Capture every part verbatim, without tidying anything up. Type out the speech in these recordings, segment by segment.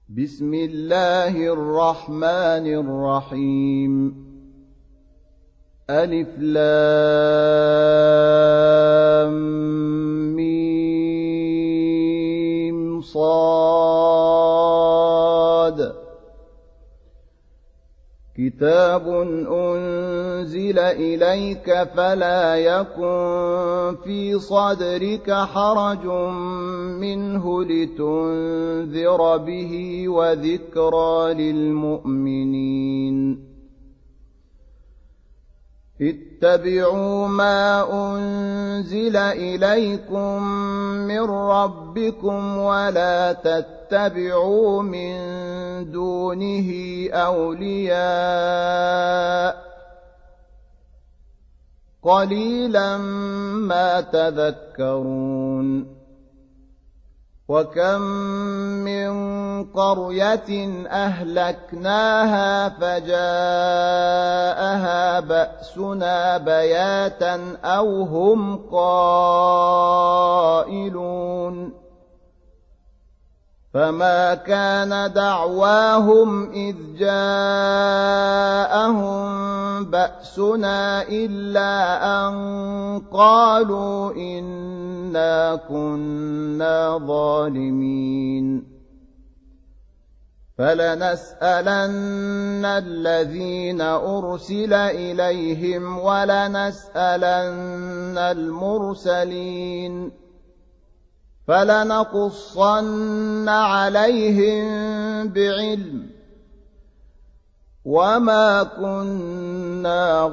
بسم الله الرحمن الرحيم ألف لام ميم صاد كتاب أنزل إليك فلا يكن في صدرك حرج منه لتنذر به وذكرى للمؤمنين اتبعوا ما أنزل إليكم من ربكم ولا تتبعوا من دونه أولياء قليلا ما تذكرون وكم من قرية أهلكناها فجاءها بأسنا بياتا أو هم قائلون فما كان دعواهم إذ جاءهم بأسنا إلا أن قالوا إنا كنا ظالمين فلنسألن الذين أرسل إليهم ولنسألن المرسلين فلنقصن عليهم بعلم وما كنا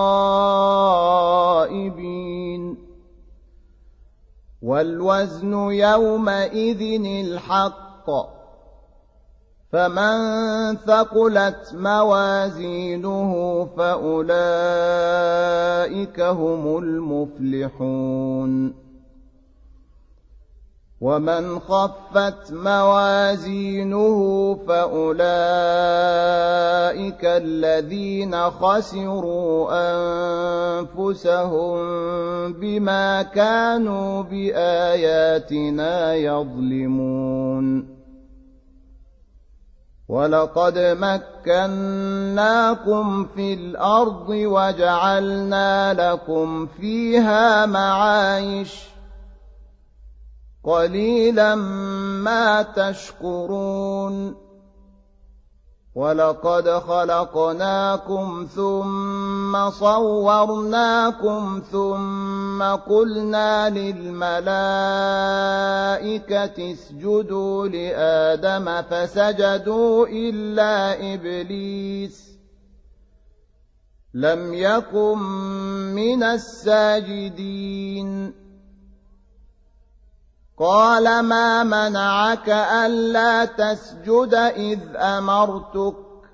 غائبين والوزن يومئذ الحق فمن ثقلت موازينه فأولئك هم المفلحون ومن خفت موازينه فأولئك الذين خسروا أنفسهم بما كانوا بآياتنا يظلمون ولقد مكناكم في الأرض وجعلنا لكم فيها معايش قليلا ما تشكرون ولقد خلقناكم ثم صورناكم ثم قلنا للملائكة اسجدوا لآدم فسجدوا إلا إبليس لم يكن من الساجدين قال ما منعك ألا تسجد إذ أمرتك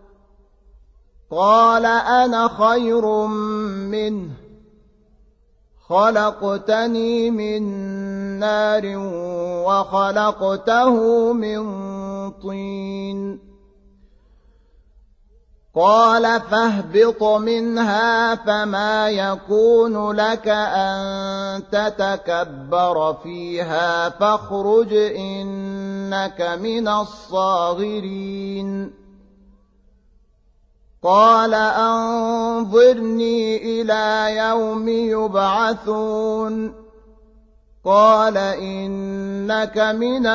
قال أنا خير منه خلقتني من نار وخلقته من طين قال فاهبط منها فما يكون لك أن تتكبر فيها فاخرج إنك من الصاغرين قال أنظرني إلى يوم يبعثون قال إنك من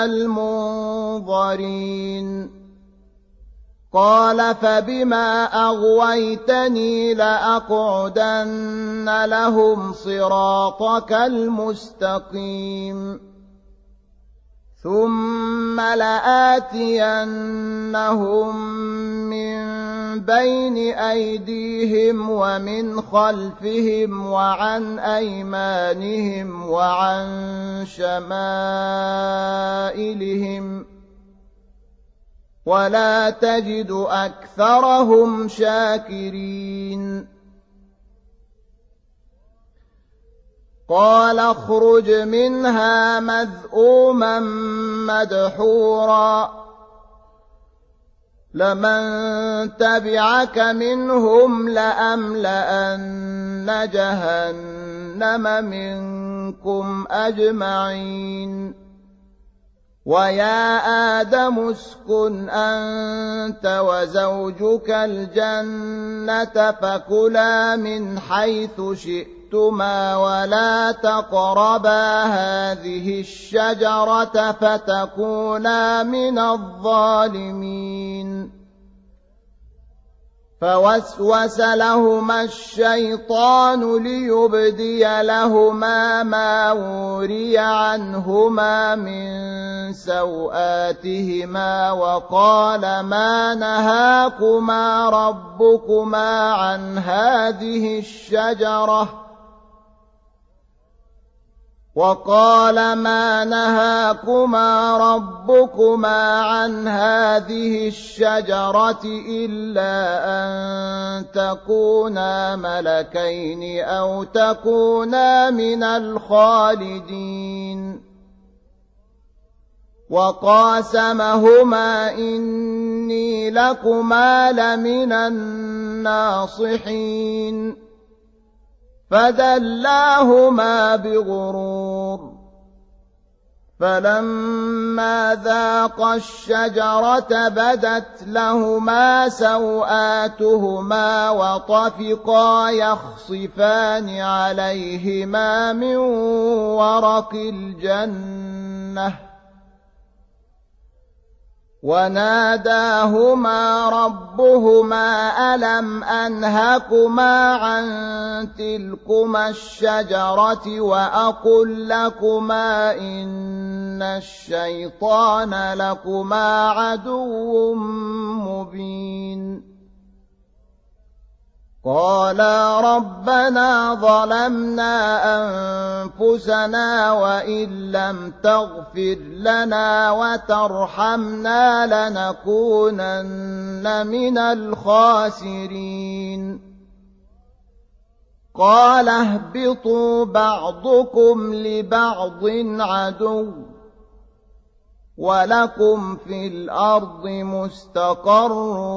المنظرين قال فبما أغويتني لأقعدن لهم صراطك المستقيم ثم لآتينهم من بين أيديهم ومن خلفهم وعن أيمانهم وعن شمائلهم ولا تجد أكثرهم شاكرين قال اخرج منها مذءوما مدحورا لمن تبعك منهم لأملأن جهنم منكم أجمعين ويا آدم اسكن أنت وزوجك الجنة فكلا من حيث شئتما ولا تقربا هذه الشجرة فتكونا من الظالمين فوسوس لهما الشيطان ليبدي لهما ما وري عنهما من سوآتهما وقال ما نهاكما ربكما عن هذه الشجرة وقال ما نهاكما ربكما عن هذه الشجرة إلا أن تكونا ملكين أو تكونا من الخالدين وقاسمهما إني لكما لمن الناصحين فدلاهما بغرور فلما ذاقا الشجرة بدت لهما سوآتهما وطفقا يخصفان عليهما من ورق الجنة وناداهما ربهما ألم أنهكما عن تلكما الشجرة وأقل لكما إن الشيطان لكما عدو مبين قالا ربنا ظلمنا أنفسنا وإن لم تغفر لنا وترحمنا لنكونن من الخاسرين قال اهبطوا بعضكم لبعض عدو ولكم في الأرض مستقر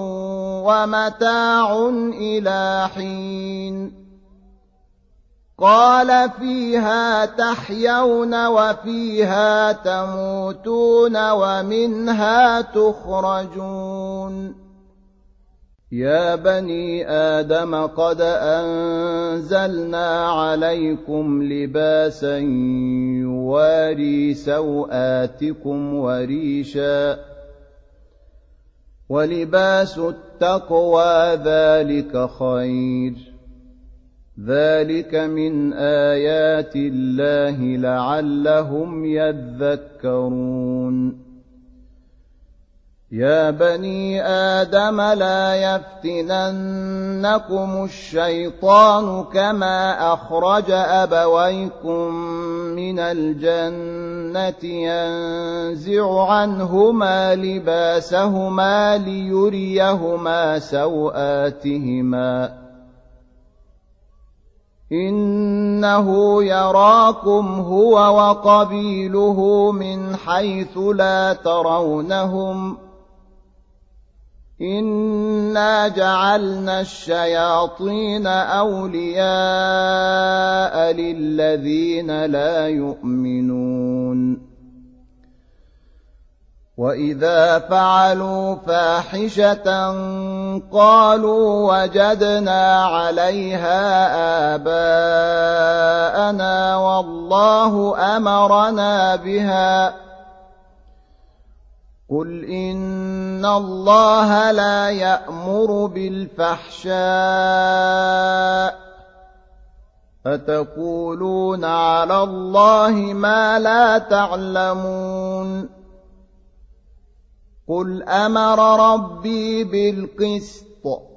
ومتاع إلى حين قال فيها تحيون وفيها تموتون ومنها تخرجون يا بني آدم قد أنزلنا عليكم لباسا يواري سوآتكم وريشا ولباس التقوى ذلك خير ذلك من آيات الله لعلهم يذكرون يا بني آدم لا يفتننكم الشيطان كما أخرج أبويكم من الجنة ينزع عنهما لباسهما ليريهما سوآتهما إنه يراكم هو وقبيله من حيث لا ترونهم إنا جعلنا الشياطين أولياء للذين لا يؤمنون وإذا فعلوا فاحشة قالوا وجدنا عليها آباءنا والله أمرنا بها قل إن الله لا يأمر بالفحشاء أتقولون على الله ما لا تعلمون قل أمر ربي بالقسط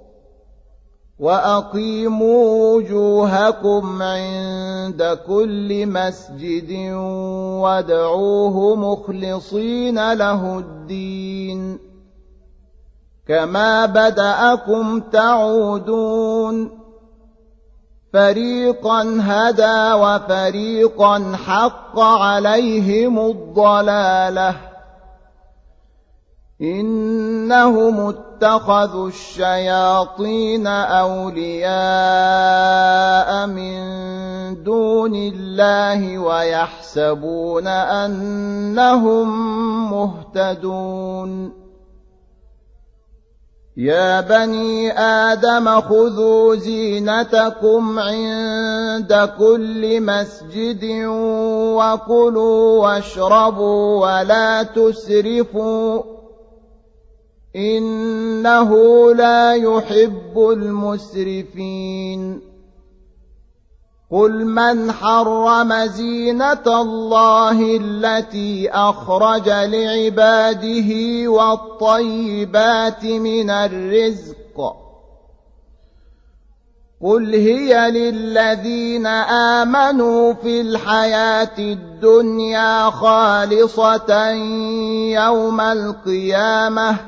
وأقيموا وجوهكم عند كل مسجد وادعوه مخلصين له الدين كما بدأكم تعودون فريقا هدى وفريقا حق عليهم الضلالة إنهم اتخذوا الشياطين أولياء من دون الله ويحسبون أنهم مهتدون يا بني آدم خذوا زينتكم عند كل مسجد وكلوا واشربوا ولا تسرفوا إنه لا يحب المسرفين قل من حرم زينة الله التي أخرج لعباده والطيبات من الرزق قل هي للذين آمنوا في الحياة الدنيا خالصة يوم القيامة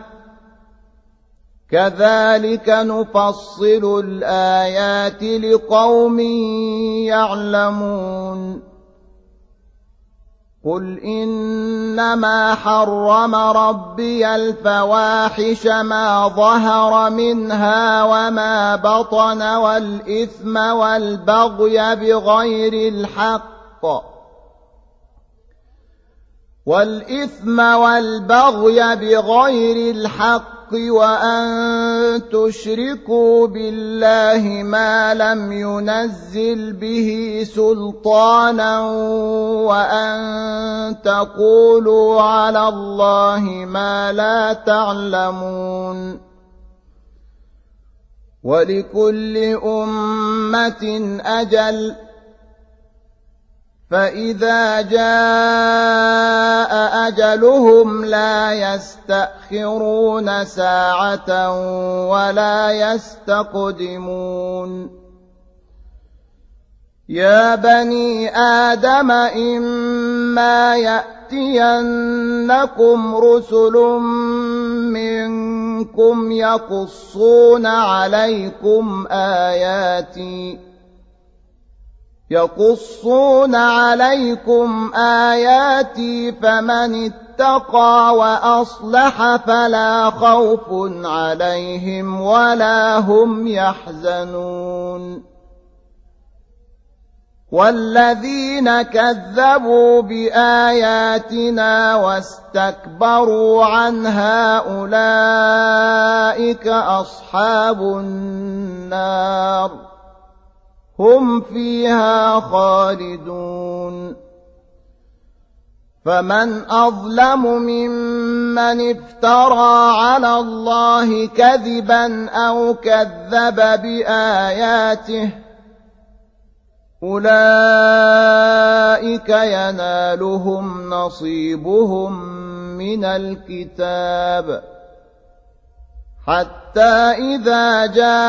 كذلك نفصل الآيات لقوم يعلمون قل إنما حرم ربي الفواحش ما ظهر منها وما بطن والإثم والبغي بغير الحق والإثم والبغي بغير الحق وأن تشركوا بالله ما لم ينزل به سلطانا وأن تقولوا على الله ما لا تعلمون ولكل أمة أجل فإذا جاء أجلهم لا يستأخرون ساعة ولا يستقدمون يا بني آدم إما يأتينكم رسل منكم يقصون عليكم آياتي يقصون عليكم آياتي فمن اتقى وأصلح فلا خوف عليهم ولا هم يحزنون والذين كذبوا بآياتنا واستكبروا عنها أولئك أصحاب النار هم فيها خالدون فمن أظلم ممن افترى على الله كذبا أو كذب بآياته أولئك ينالهم نصيبهم من الكتاب حتى إذا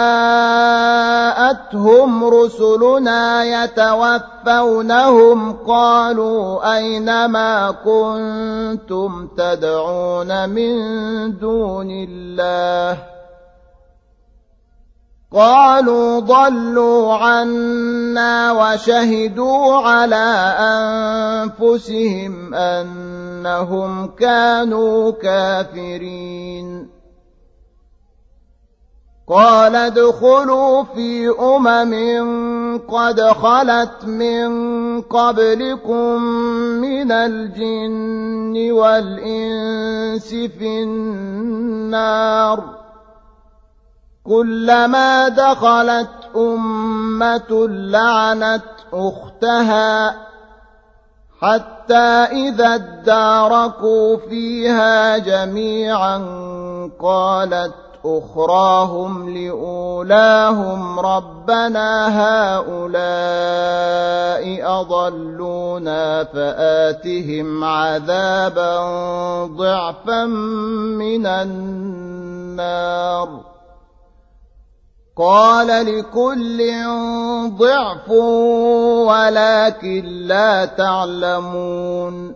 جاءتهم رسلنا يتوفونهم قالوا أين ما كنتم تدعون من دون الله قالوا ضلوا عنا وشهدوا على أنفسهم أنهم كانوا كافرين قال ادخلوا في أمم قد خلت من قبلكم من الجن والإنس في النار كلما دخلت أمة لعنت أختها حتى إذا اداركوا فيها جميعا قالت أخراهم لأولاهم ربنا هؤلاء أضلونا فآتهم عذابا ضعفا من النار قال لكل ضعف ولكن لا تعلمون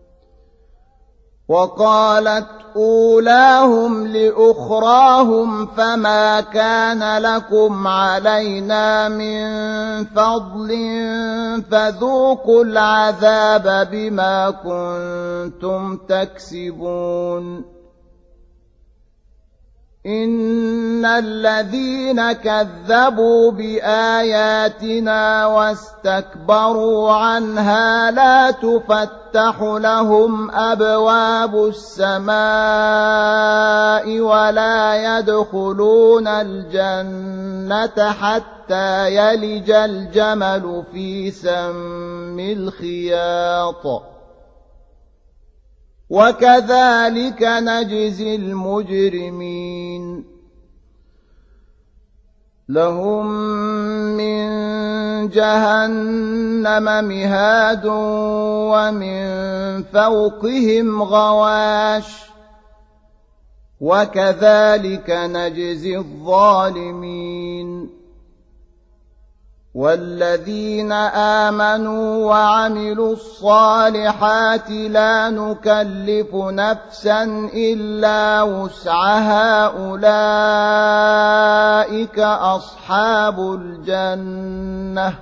وقالت أولاهم لأخراهم فما كان لكم علينا من فضل فذوقوا العذاب بما كنتم تكسبون إن الذين كذبوا بآياتنا واستكبروا عنها لا تفتح لهم أبواب السماء ولا يدخلون الجنة حتى يلج الجمل في سم الخياط وكذلك نجزي المجرمين لهم من جهنم مهاد ومن فوقهم غواش وكذلك نجزي الظالمين والذين آمنوا وعملوا الصالحات لا نكلف نفسا إلا وسعها أولئك أصحاب الجنة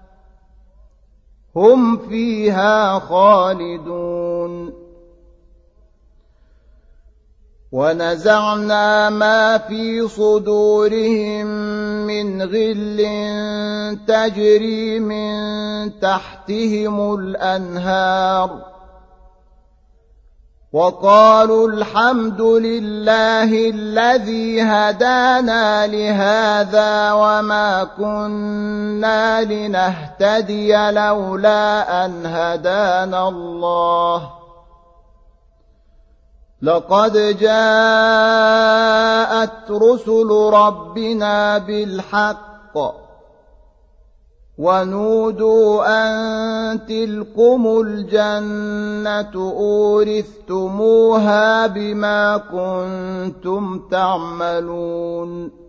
هم فيها خالدون ونزعنا ما في صدورهم من غل تجري من تحتهم الأنهار وقالوا الحمد لله الذي هدانا لهذا وما كنا لنهتدي لولا أن هدانا الله لقد جاءت رسل ربنا بالحق ونودوا أن تلكم الجنة أورثتموها بما كنتم تعملون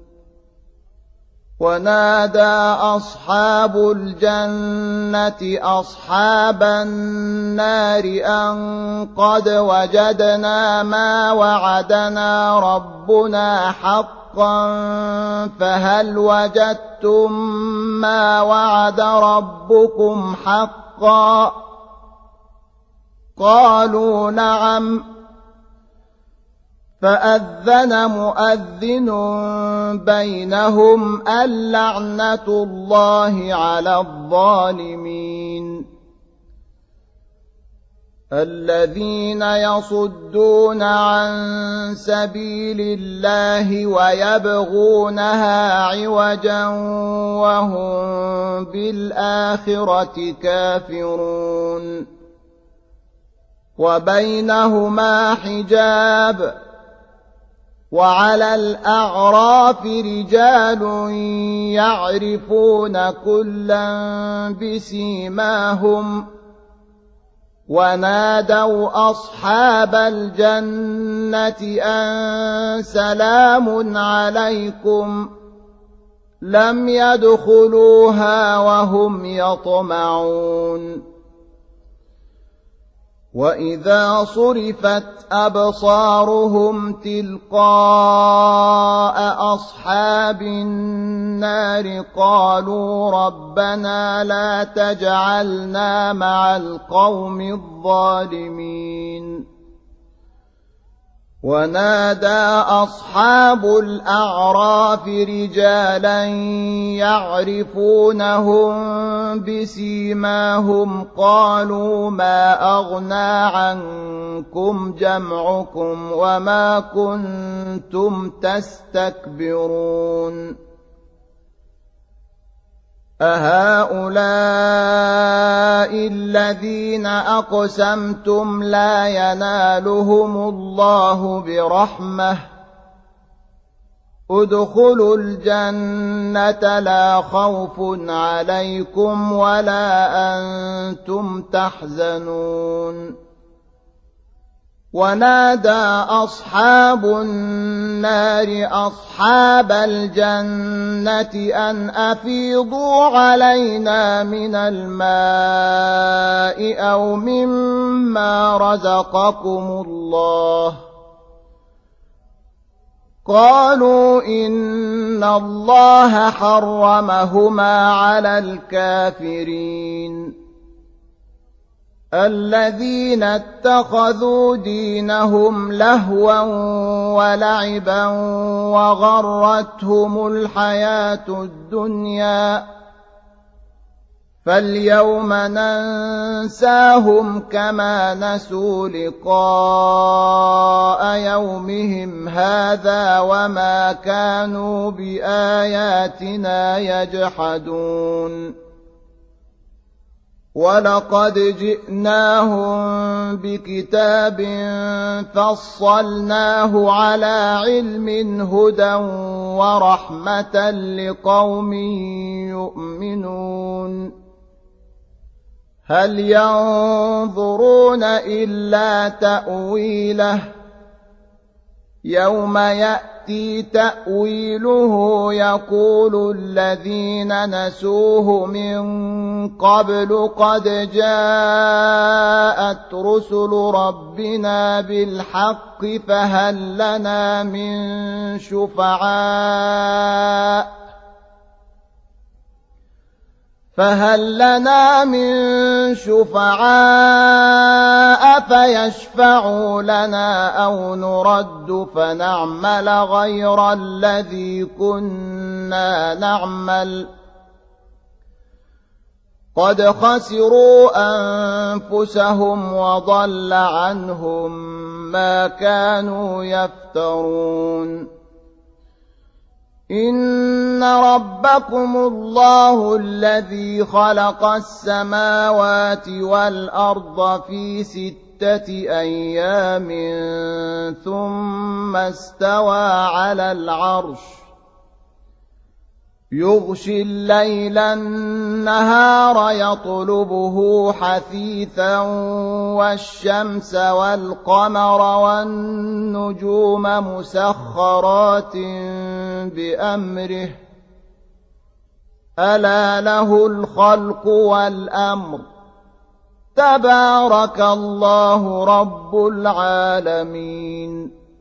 ونادى أصحاب الجنة أصحاب النار أن قد وجدنا ما وعدنا ربنا حقا فهل وجدتم ما وعد ربكم حقا قالوا نعم فأذن مؤذن بينهم اللعنة الله على الظالمين الذين يصدون عن سبيل الله ويبغونها عوجا وهم بالآخرة كافرون وبينهما حجاب وعلى الأعراف رجال يعرفون كلا بسيماهم ونادوا أصحاب الجنة أن سلام عليكم لم يدخلوها وهم يطمعون وإذا صرفت أبصارهم تلقاء أصحاب النار قالوا ربنا لا تجعلنا مع القوم الظالمين ونادى أصحاب الأعراف رجالا يعرفونهم بسيماهم قالوا ما أغنى عنكم جمعكم وما كنتم تستكبرون أهؤلاء الذين أقسمتم لا ينالهم الله برحمة ادخلوا الجنة لا خوف عليكم ولا أنتم تحزنون ونادى أصحاب النار أصحاب الجنة أن أفيضوا علينا من الماء أو مما رزقكم الله قالوا إن الله حرمهما على الكافرين الذين اتخذوا دينهم لهوا ولعبا وغرتهم الحياة الدنيا فاليوم ننساهم كما نسوا لقاء يومهم هذا وما كانوا بآياتنا يجحدون ولقد جئناهم بكتاب فصلناه على علم هدى ورحمة لقوم يؤمنون هل ينظرون إلا تأويله يوم يأتي تأويله يقول الذين نسوه من قبل قد جاءت رسل ربنا بالحق فهل لنا من شفعاء فهل لنا من شفعاء فيشفعوا لنا أو نرد فنعمل غير الذي كنا نعمل قد خسروا أنفسهم وضل عنهم ما كانوا يفترون إن ربكم الله الذي خلق السماوات والأرض في ستة أيام ثم استوى على العرش يغشي الليل النهار يطلبه حثيثا والشمس والقمر والنجوم مسخرات بأمره ألا له الخلق والأمر تبارك الله رب العالمين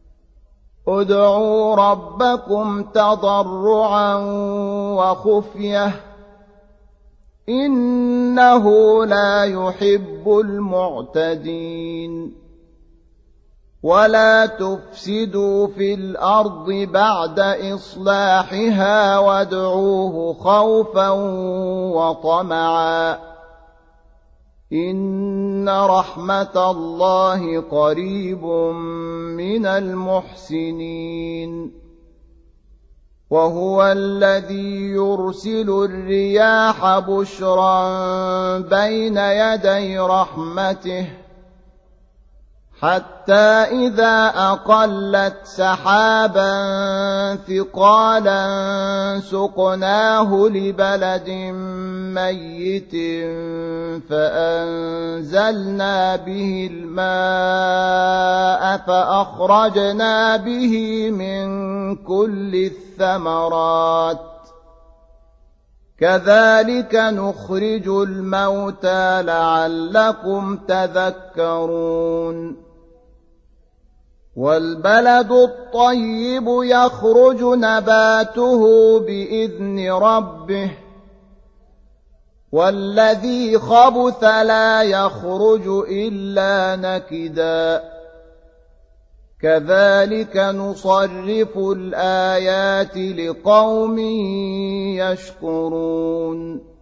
ادعوا ربكم تضرعا وخفية إنه لا يحب المعتدين ولا تفسدوا في الأرض بعد إصلاحها وادعوه خوفا وطمعا إن رحمة الله قريب من المحسنين وهو الذي يرسل الرياح بشرا بين يدي رحمته حتى إذا أقلت سحابا ثقالا سقناه لبلد ميت فأنزلنا به الماء فأخرجنا به من كل الثمرات كذلك نخرج الموتى لعلكم تذكرون والبلد الطيب يخرج نباته بإذن ربه والذي خبث لا يخرج إلا نكدا كذلك نصرف الآيات لقوم يشكرون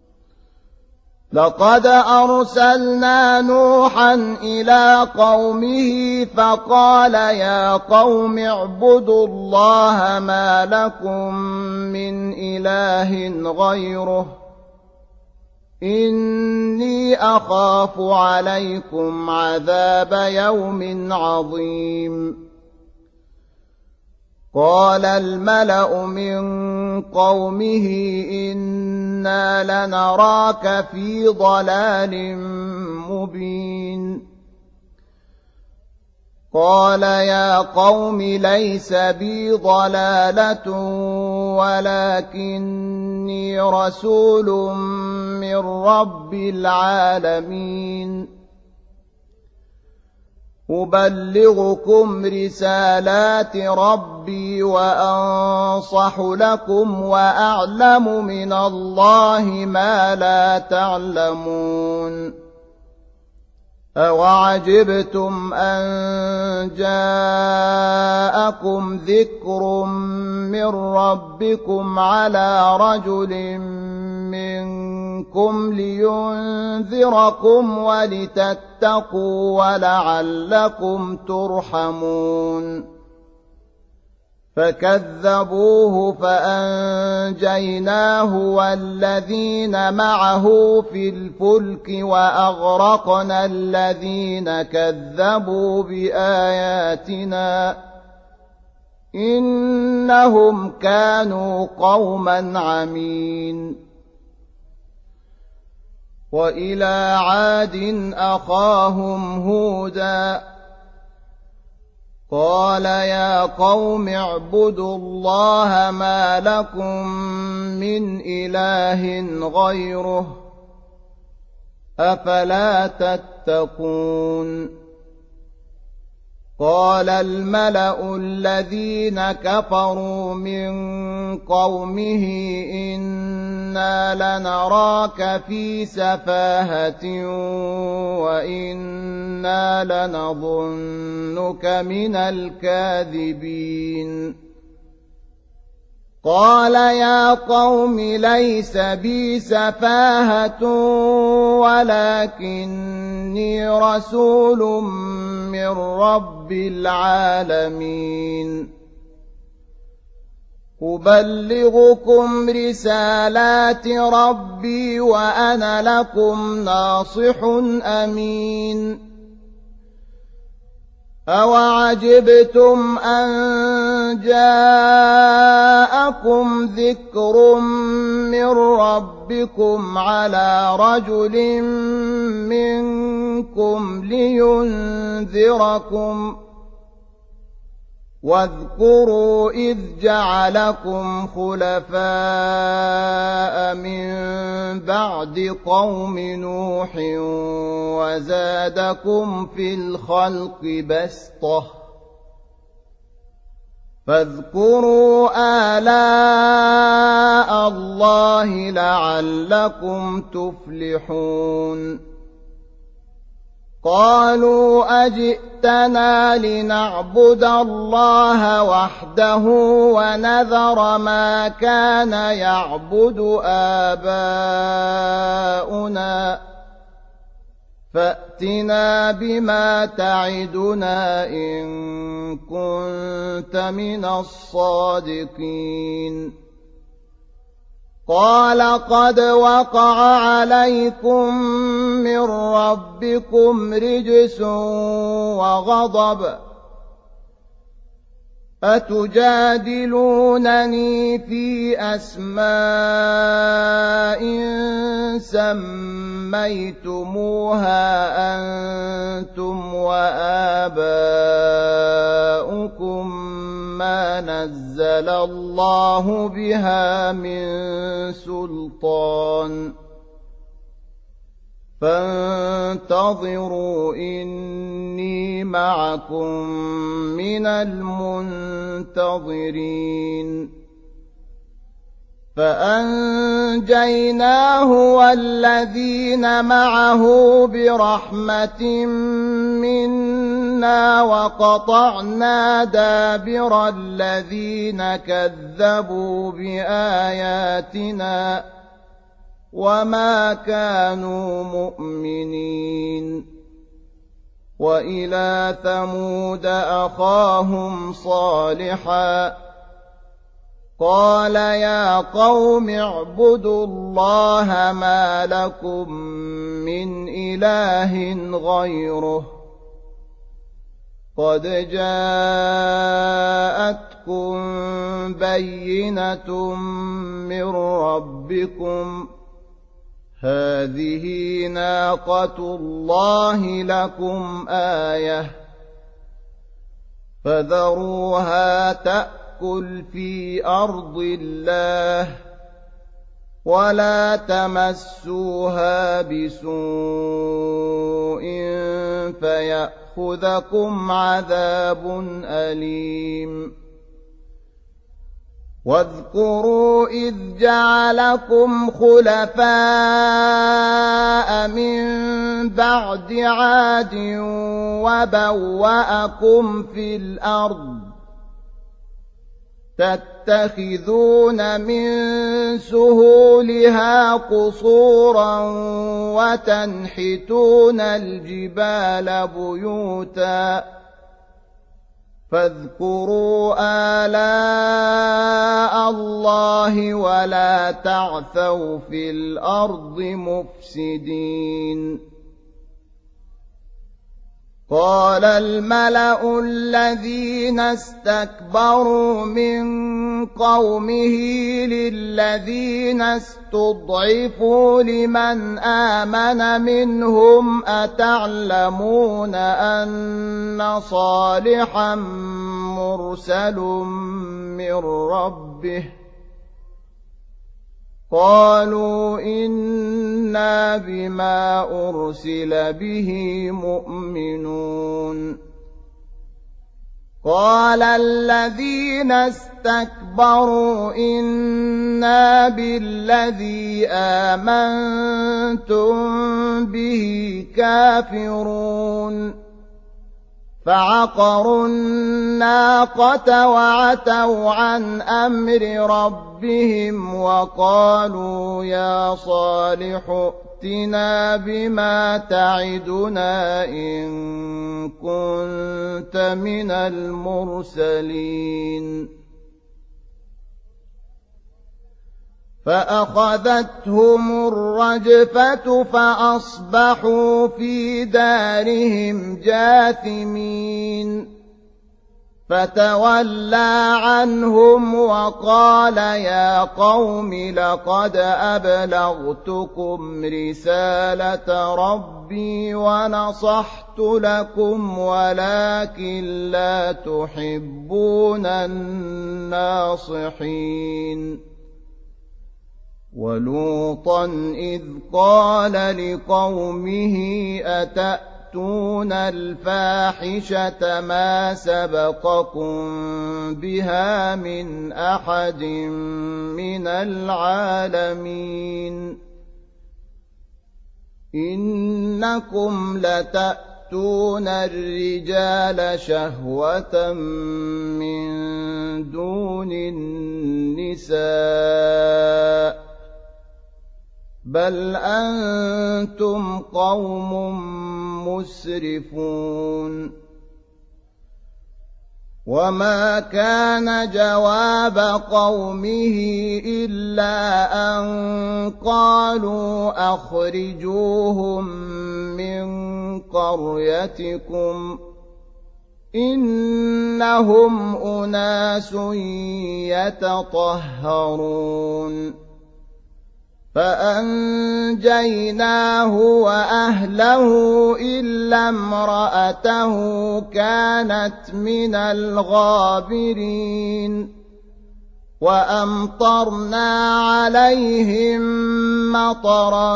لقد أرسلنا نوحا إلى قومه فقال يا قوم اعبدوا الله ما لكم من إله غيره إني أخاف عليكم عذاب يوم عظيم قال الملأ من قومه إنا لنراك في ضلال مبين قال يا قوم ليس بي ضلالة ولكني رسول من رب العالمين أبلغكم رسالات ربي وأنصح لكم وأعلم من الله ما لا تعلمون أَوَعَجِبْتُمْ أَن جَاءَكُمْ ذِكْرٌ مِّن رَّبِّكُمْ عَلَىٰ رَجُلٍ مِّنكُمْ لِيُنذِرَكُمْ وَلِتَتَّقُوا وَلَعَلَّكُمْ تُرْحَمُونَ فَكَذَّبُوهُ فَأَنجَيْنَاهُ وَالَّذِينَ مَعَهُ فِي الْفُلْكِ وَأَغْرَقْنَا الَّذِينَ كَذَّبُوا بِآيَاتِنَا إِنَّهُمْ كَانُوا قَوْمًا عَمِينَ وَإِلَىٰ عَادٍ أَخَاهُمْ هُودًا قَالَ يَا قَوْمِ اعْبُدُوا اللَّهَ مَا لَكُم مِّنْ إِلَٰهٍ غَيْرُهُ أَفَلَا تَتَّقُونَ قَالَ الْمَلَأُ الَّذِينَ كَفَرُوا مِن قَوْمِهِ إِنَّا لَنَرَاكَ فِي سَفَاهَةٍ وَإِنَّا لَنَظُنُّكَ مِنَ الْكَاذِبِينَ قَالَ يَا قَوْمِ لَيْسَ بِي سَفَاهَةٌ وَلَكِنِّي رَسُولٌ مِّن رَّبِّ الْعَالَمِينَ أُبَلِّغُكُمْ رِسَالَاتِ رَبِّي وَأَنَا لَكُمْ نَاصِحٌ أَمِينٌ أَوَعَجِبْتُمْ أَن جَاءَكُمْ ذِكْرٌ مِّن رَّبِّكُمْ عَلَىٰ رَجُلٍ مِّنكُمْ لِيُنذِرَكُمْ وَاذْكُرُوا إِذْ جَعَلَكُمْ خُلَفَاءَ مِن بَعْدِ قَوْمِ نُوحٍ وَزَادَكُمْ فِي الْخَلْقِ بَسْطَةً فاذكروا آلاء الله لعلكم تفلحون قالوا أجئتنا لنعبد الله وحده ونذر ما كان يعبد آباؤنا فأتنا بما تعدنا إن كنت من الصادقين قال قد وقع عليكم من ربكم رجس وغضب أتجادلونني في أسماء سميتموها أنتم وآباؤكم ما نزل الله بها من سلطان فانتظروا إني معكم من المنتظرين فأنجيناه والذين معه برحمة منا وقطعنا دابر الذين كذبوا بآياتنا وما كانوا مؤمنين وإلى ثمود أخاهم صالحا قال يا قوم اعبدوا الله ما لكم من إله غيره قد جاءتكم بينة من ربكم هذه ناقة الله لكم آية فذروها تأكل في أرض الله ولا تمسوها بسوء فيأخذكم عذاب أليم واذكروا إذ جعلكم خلفاء من بعد عاد وبوأكم في الأرض تتخذون من سهولها قصورا وتنحتون الجبال بيوتا فاذكروا آلاء الله ولا تعثوا في الأرض مفسدين قال الملأ الذين استكبروا من قومه للذين استضعفوا لمن آمن منهم أتعلمون أن صالحا مرسل من ربه قالوا إنا بما أرسل به مؤمنون قال الذين استكبروا إنا بالذي آمنتم به كافرون فعقروا الناقة وعتوا عن أمر ربهم وقالوا يا صالح ائتنا بما تعدنا إن كنت من المرسلين فأخذتهم الرجفة فأصبحوا في دارهم جاثمين فتولى عنهم وقال يا قوم لقد أبلغتكم رسالة ربي ونصحت لكم ولكن لا تحبون الناصحين ولوطا إذ قال لقومه أتأتون الفاحشة ما سبقكم بها من أحد من العالمين إنكم لتأتون الرجال شهوة من دون النساء بل أنتم قوم مسرفون وما كان جواب قومه إلا أن قالوا أخرجوهم من قريتكم إنهم أناس يتطهرون فأنجيناه وأهله إلا امرأته كانت من الغابرين وأمطرنا عليهم مطرا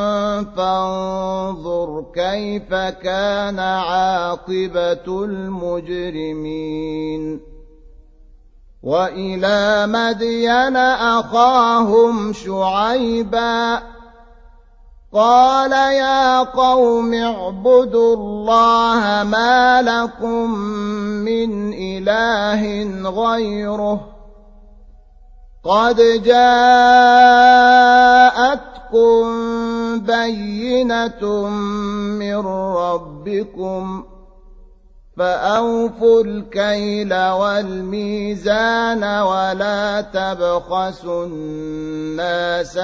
فانظر كيف كان عاقبة المجرمين وإلى مدين أخاهم شعيبا قال يا قوم اعبدوا الله ما لكم من إله غيره قد جاءتكم بينة من ربكم فأوفوا الكيل والميزان ولا تبخسوا الناس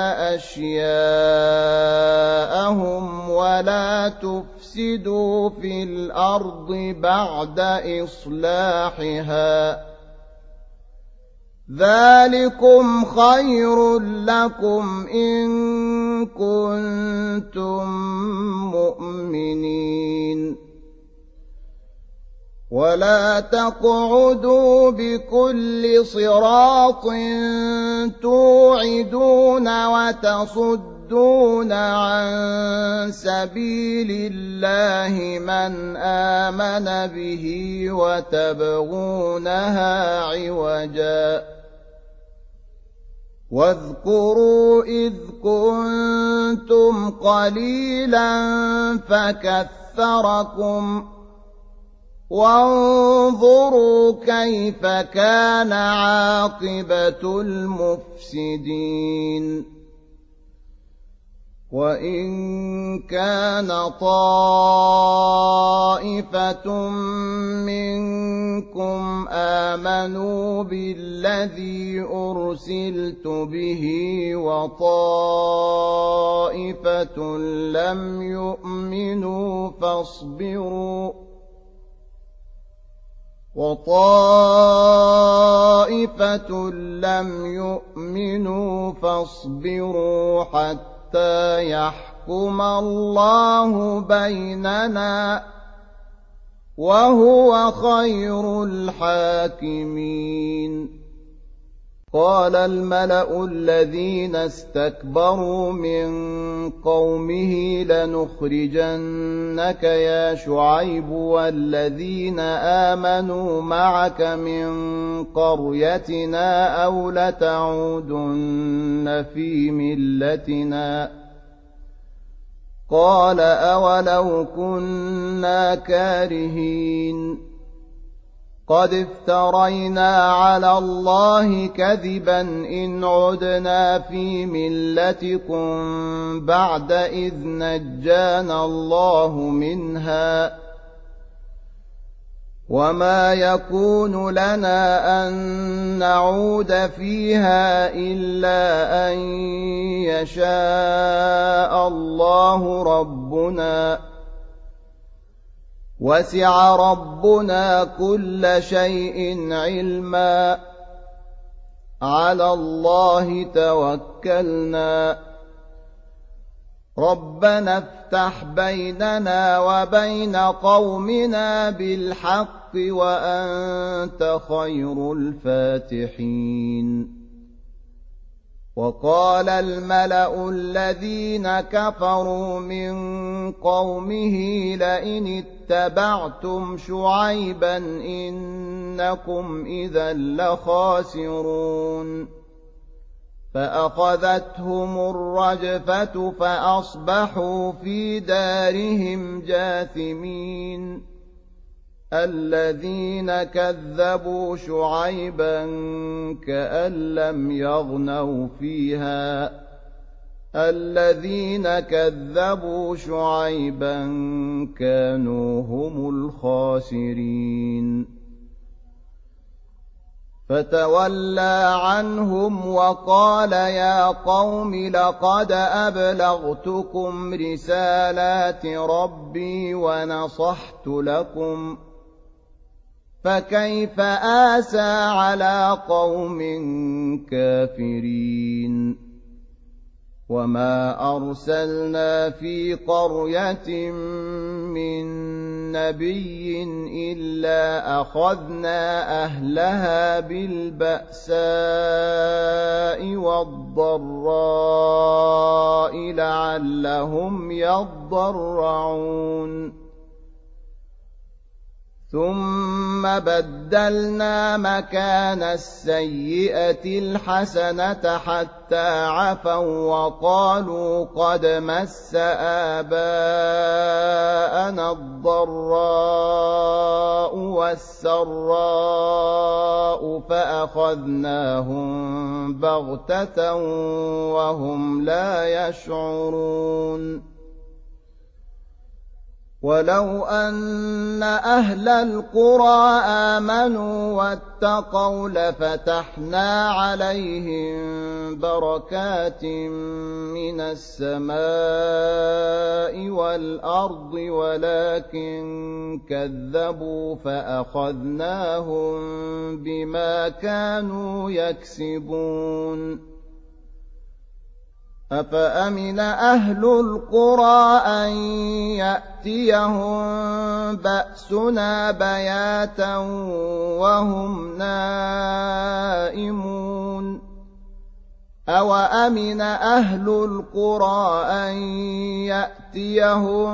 أشياءهم ولا تفسدوا في الأرض بعد إصلاحها ذلكم خير لكم إن كنتم مؤمنين ولا تقعدوا بكل صراط توعدون وتصدون عن سبيل الله من آمن به وتبغونها عوجا واذكروا إذ كنتم قليلا فكثركم وانظروا كيف كان عاقبة المفسدين وإن كان طائفة منكم آمنوا بالذي أرسلت به وطائفة لم يؤمنوا فاصبروا وطائفة لم يؤمنوا فاصبروا حتى يحكم الله بيننا وهو خير الحاكمين قال الملأ الذين استكبروا من قومه لنخرجنك يا شعيب والذين آمنوا معك من قريتنا أو لتعودن في ملتنا قال أولو كنا كارهين قد افترينا على الله كذبا إن عدنا في ملتكم بعد إذ نجانا الله منها وما يكون لنا أن نعود فيها إلا أن يشاء الله ربنا وسع ربنا كل شيء علما على الله توكلنا ربنا افتح بيننا وبين قومنا بالحق وأنت خير الفاتحين وقال الملأ الذين كفروا من قومه لئن اتبعتم شعيبا إنكم إذا لخاسرون فأخذتهم الرجفة فأصبحوا في دارهم جاثمين الذين كذبوا شعيبا كأن لم يغنوا فيها الذين كذبوا شعيبا كانوا هم الخاسرين فتولى عنهم وقال يا قوم لقد أبلغتكم رسالات ربي ونصحت لكم فكيف آسى على قوم كافرين وما أرسلنا في قرية من نبي إلا أخذنا أهلها بالبأساء والضراء لعلهم يضرعون ثم بدلنا مكان السيئة الحسنة حتى عفوا وقالوا قد مس آباءنا الضراء والسراء فأخذناهم بغتة وهم لا يشعرون ولو أن أهل القرى آمنوا واتقوا لفتحنا عليهم بركات من السماء والأرض ولكن كذبوا فأخذناهم بما كانوا يكسبون أفأمن أهل القرى أن يأتيهم بأسنا بياتا وهم نائمون أوأمن أهل القرى أن يأتيهم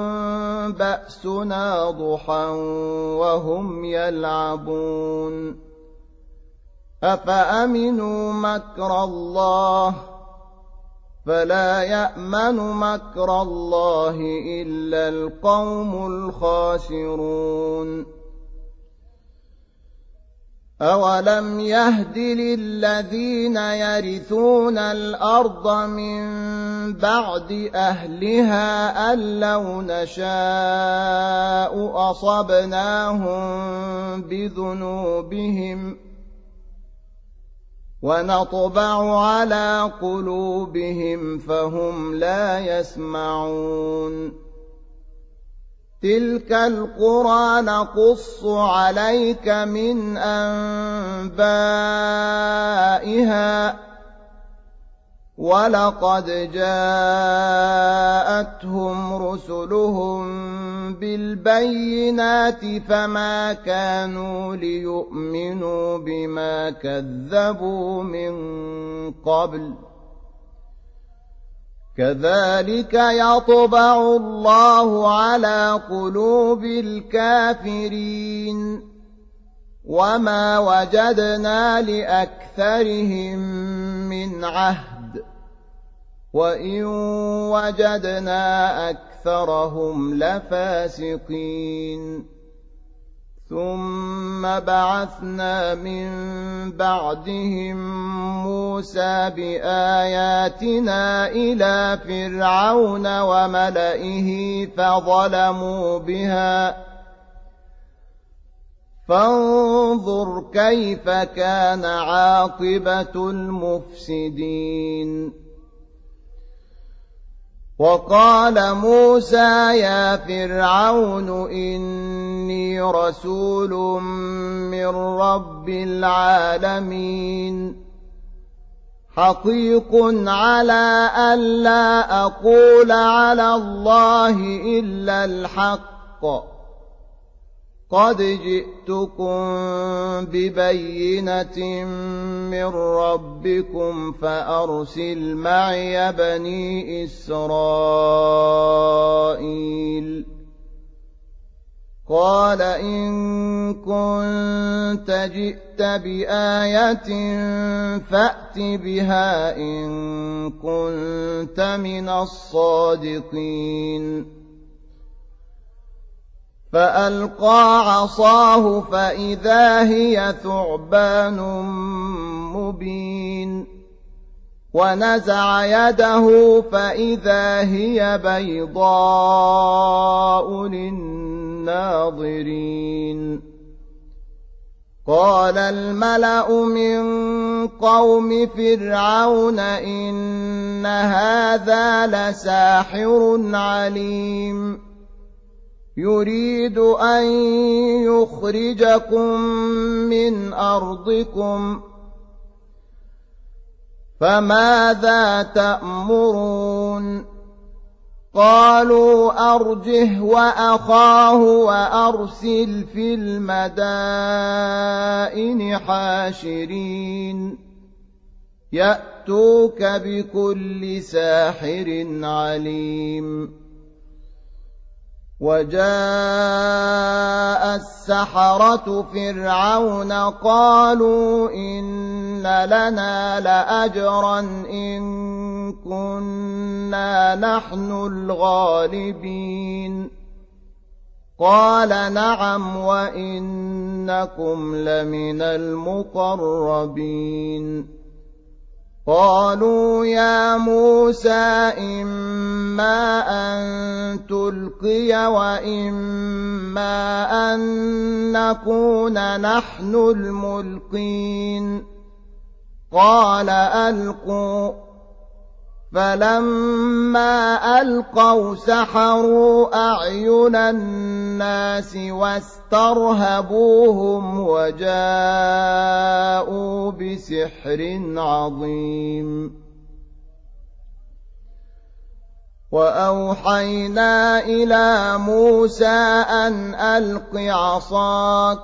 بأسنا ضحى وهم يلعبون أفأمنوا مكر الله فلا يأمن مكر الله إلا القوم الخاسرون أولم يهد للذين يرثون الأرض من بعد أهلها أن لو نشاء أصبناهم بذنوبهم ونطبع على قلوبهم فهم لا يسمعون تلك القرى نقص عليك من أنبائها ولقد جاءتهم رسلهم بالبينات فما كانوا ليؤمنوا بما كذبوا من قبل كذلك يطبع الله على قلوب الكافرين وما وجدنا لأكثرهم من عهد وإن وجدنا أكثرهم لفاسقين ثم بعثنا من بعدهم موسى بآياتنا إلى فرعون وملئه فظلموا بها فانظر كيف كان عاقبة المفسدين وقال موسى يا فرعون إني رسول من رب العالمين حقيق على ألا أقول على الله إلا الحق قد جئتكم ببينة من ربكم فأرسل معي بني إسرائيل قال إن كنت جئت بآية فأت بها إن كنت من الصادقين فألقى عصاه فإذا هي ثعبان مبين ونزع يده فإذا هي بيضاء للناظرين قال الملأ من قوم فرعون إن هذا لساحر عليم يريد أن يخرجكم من أرضكم فماذا تأمرون قالوا أرجه وأخاه وأرسل في المدائن حاشرين يأتوك بكل ساحر عليم وجاء السحرة فرعون قالوا إن لنا لأجرا إن كنا نحن الغالبين قال نعم وإنكم لمن المقربين قالوا يا موسى إما أن تلقي وإما أن نكون نحن الملقين قال ألقوا فلما ألقوا سحروا أعين الناس واسترهبوهم وجاءوا بسحر عظيم وأوحينا إلى موسى أن ألق عصاك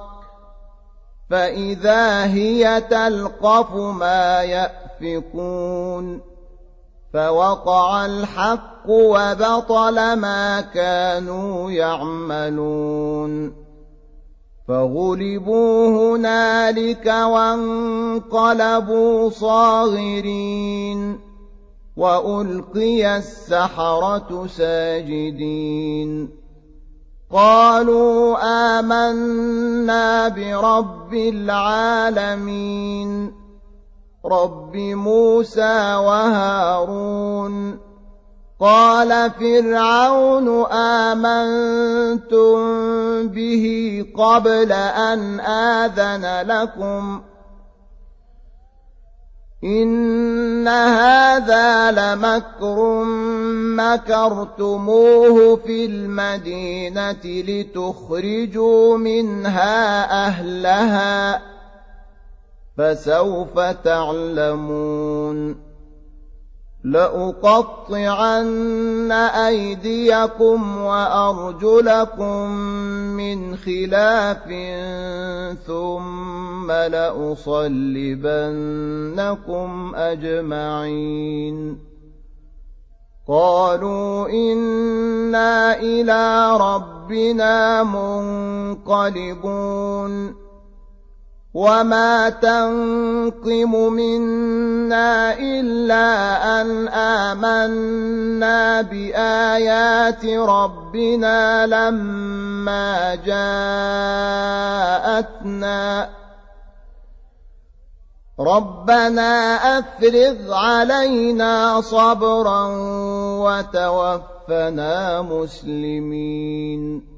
فإذا هي تلقف ما يأفكون فوقع الحق وبطل ما كانوا يعملون فغلبوا هنالك وانقلبوا صاغرين وألقي السحرة ساجدين قالوا آمنا برب العالمين رب موسى وهارون قال فرعون آمنتم به قبل أن آذن لكم إن هذا لمكر مكرتموه في المدينة لتخرجوا منها أهلها فسوف تعلمون لأقطعن أيديكم وأرجلكم من خلاف ثم لأصلبنكم أجمعين قالوا إنا إلى ربنا منقلبون وما تنقم منا إلا أن آمنا بآيات ربنا لما جاءتنا ربنا أفرغ علينا صبرا وتوفنا مسلمين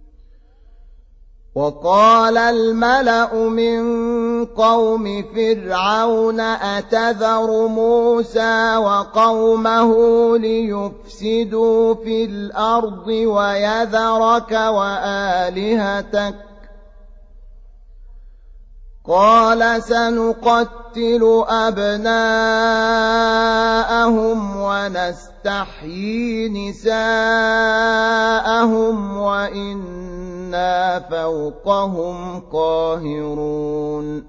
وقال الملأ من قوم فرعون أتذر موسى وقومه ليفسدوا في الأرض ويذرك وآلهتك قال سنقتل أبناءهم ونستحيي نساءهم وإنا فوقهم قاهرون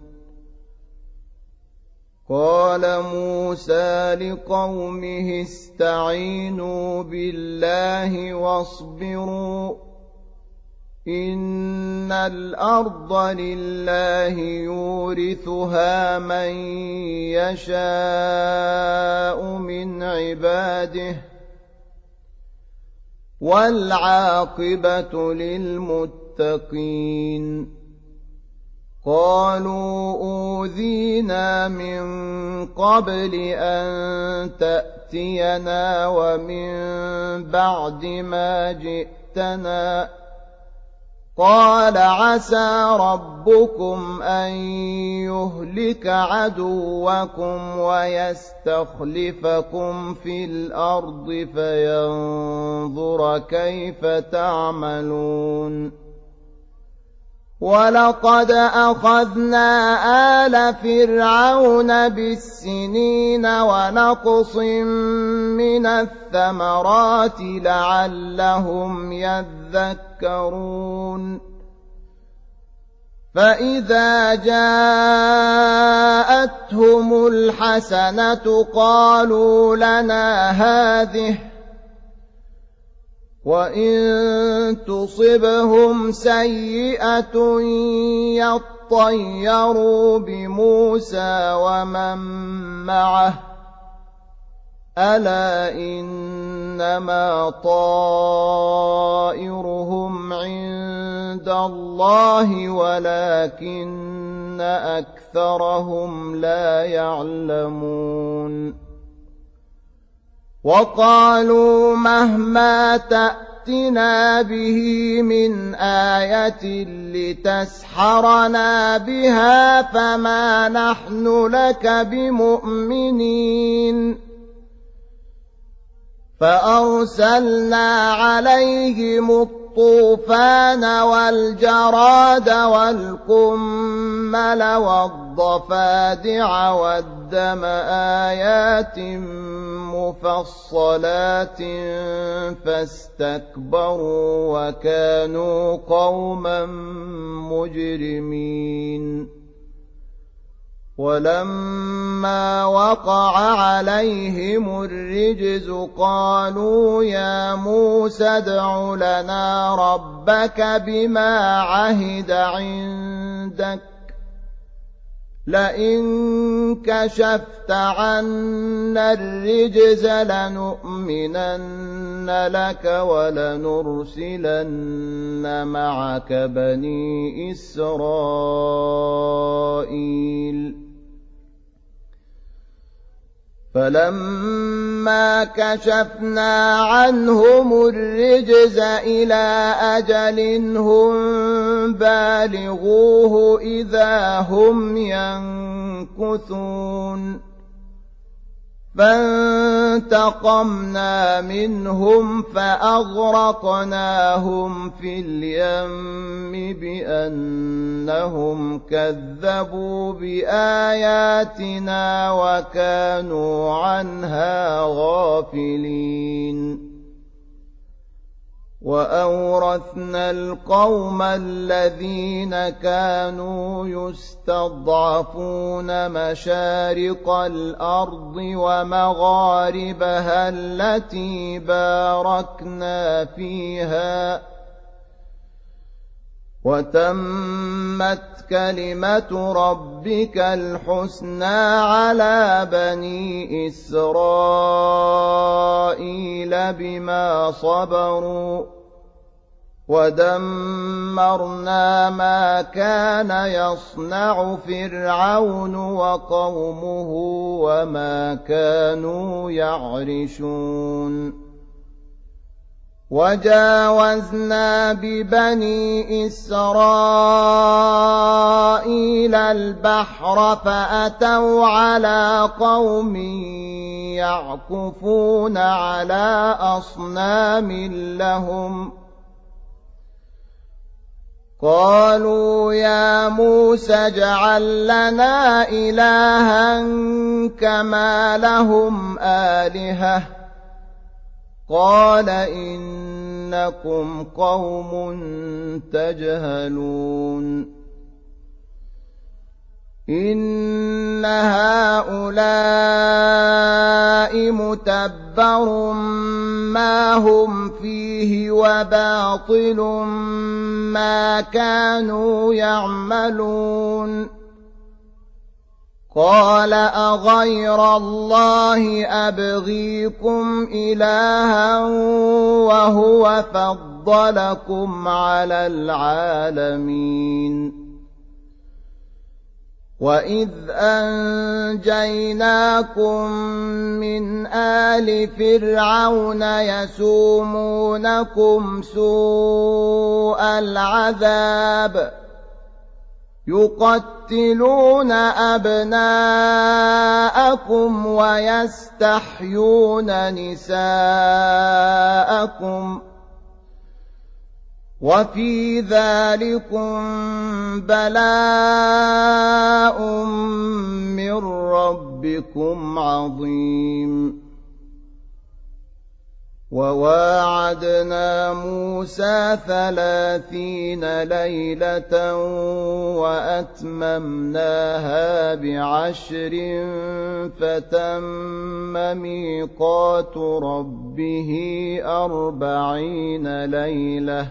قال موسى لقومه استعينوا بالله واصبروا إن الأرض لله يورثها من يشاء من عباده والعاقبة للمتقين قالوا أوذينا من قبل أن تأتينا ومن بعد ما جئتنا قال عسى ربكم أن يهلك عدوكم ويستخلفكم في الأرض فينظر كيف تعملون ولقد أخذنا آل فرعون بالسنين ونقص من الثمرات لعلهم يذكرون فإذا جاءتهم الحسنة قالوا لنا هذه وإن تصبهم سيئة يطيروا بموسى ومن معه ألا إنما طائرهم عند الله ولكن أكثرهم لا يعلمون وقالوا مهما تأتنا به من آية لتسحرنا بها فما نحن لك بمؤمنين فأرسلنا عليهم الطوفان والجراد والقمل والضفادع والدم آيات مفصلات فاستكبروا وكانوا قوما مجرمين ولما فلما وقع عليهم الرجز قالوا يا موسى ادع لنا ربك بما عهد عندك لئن كشفت عنا الرجز لنؤمنن لك ولنرسلن معك بني إسرائيل فلما كشفنا عنهم الرجز إلى أجل هم بالغوه إذا هم ينكثون فانتقمنا منهم فأغرقناهم في اليم بأنهم كذبوا بآياتنا وكانوا عنها غافلين وأورثنا القوم الذين كانوا يستضعفون مشارق الأرض ومغاربها التي باركنا فيها وتمت كلمة ربك الحسنى على بني إسرائيل بما صبروا ودمرنا ما كان يصنع فرعون وقومه وما كانوا يعرشون وجاوزنا ببني إسرائيل البحر فأتوا على قوم يعكفون على أصنام لهم قالوا يا موسى اجعل لنا إلها كما لهم آلهة قال إنكم قوم تجهلون إن هؤلاء متبر ما هم فيه وباطل ما كانوا يعملون قال أغير الله أبغيكم إلها وهو فضلكم على العالمين وإذ أنجيناكم من آل فرعون يسومونكم سوء العذاب يقتلون أبناءكم ويستحيون نساءكم وفي ذلكم بلاء من ربكم عظيم وواعدنا موسى ثلاثين ليلة وأتممناها بعشر فتم ميقات ربه أربعين ليلة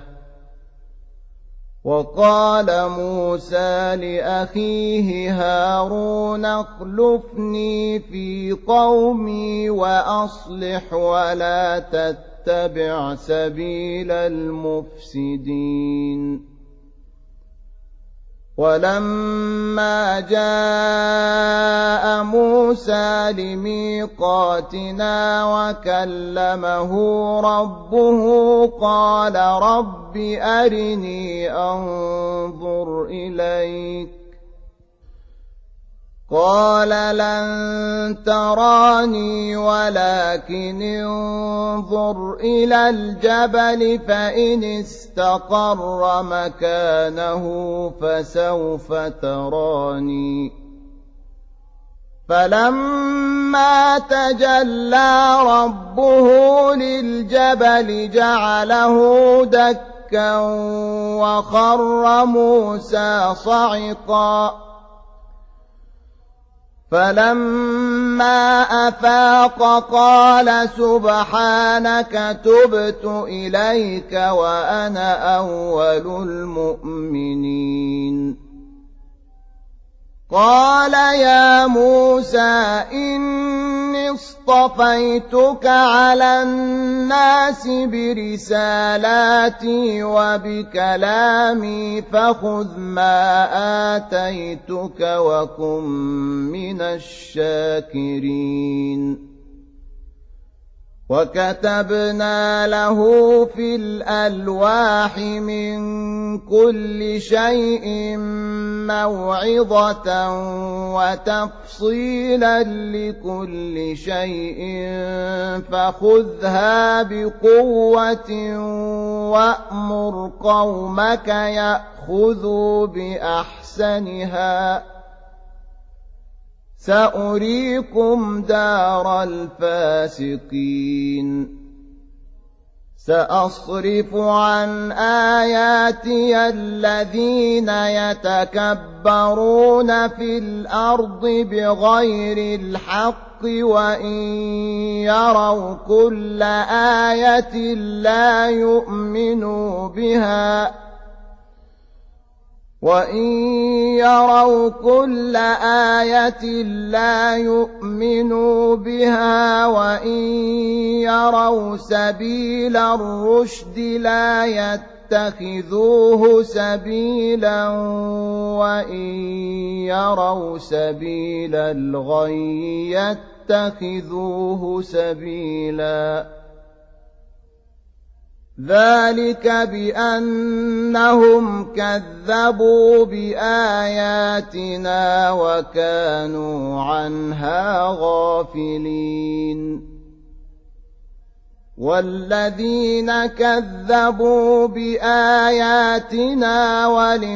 وقال موسى لأخيه هارون اخلفني في قومي وأصلح ولا تتبع سبيل المفسدين ولما جاء موسى لميقاتنا وكلمه ربه قال رب أرني أنظر إليك قال لن تراني ولكن انظر إلى الجبل فإن استقر مكانه فسوف تراني فلما تجلى ربه للجبل جعله دكا وخر موسى صعقا فلما أفاق قال سبحانك تبت إليك وأنا أول المؤمنين. قال يا موسى إني اصطفيتك على الناس برسالاتي وبكلامي فخذ ما آتيتك وكن من الشاكرين. وكتبنا له في الألواح من كل شيء موعظة وتفصيلا لكل شيء فخذها بقوة وأمر قومك يأخذوا بأحسنها سأريكم دار الفاسقين. سأصرف عن آياتي الذين يتكبرون في الأرض بغير الحق وإن يروا كل آية لا يؤمنوا بها وَإِن يَرَوْا كُلَّ آيَةٍ لَّا يُؤْمِنُوا بِهَا وَإِن يَرَوْا سَبِيلَ الرُّشْدِ لَا يَتَّخِذُوهُ سَبِيلًا وَإِن يَرَوْا سَبِيلَ الْغَيِّ يَتَّخِذُوهُ سَبِيلًا. ذلك بأنهم كذبوا بآياتنا وكانوا عنها غافلين. والذين كذبوا بآياتنا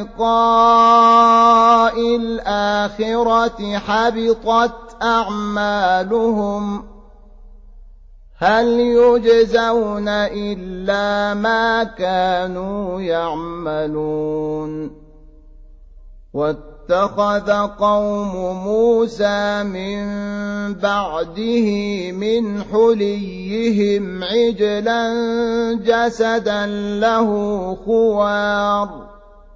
ولقاء الآخرة حبطت أعمالهم هل يجزون إلا ما كانوا يعملون. واتخذ قوم موسى من بعده من حليهم عجلا جسدا له خوار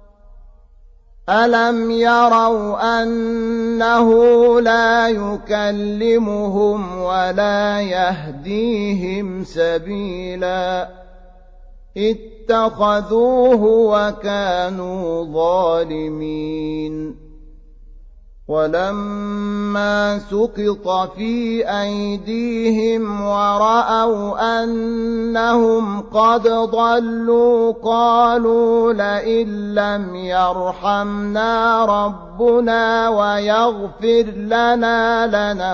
ألم يروا أنه لا يكلمهم ولا يهديهم سبيلا اتخذوه وكانوا ظالمين. ولما سقط في أيديهم ورأوا أنهم قد ضلوا قالوا لئن لم يرحمنا ربنا ويغفر لنا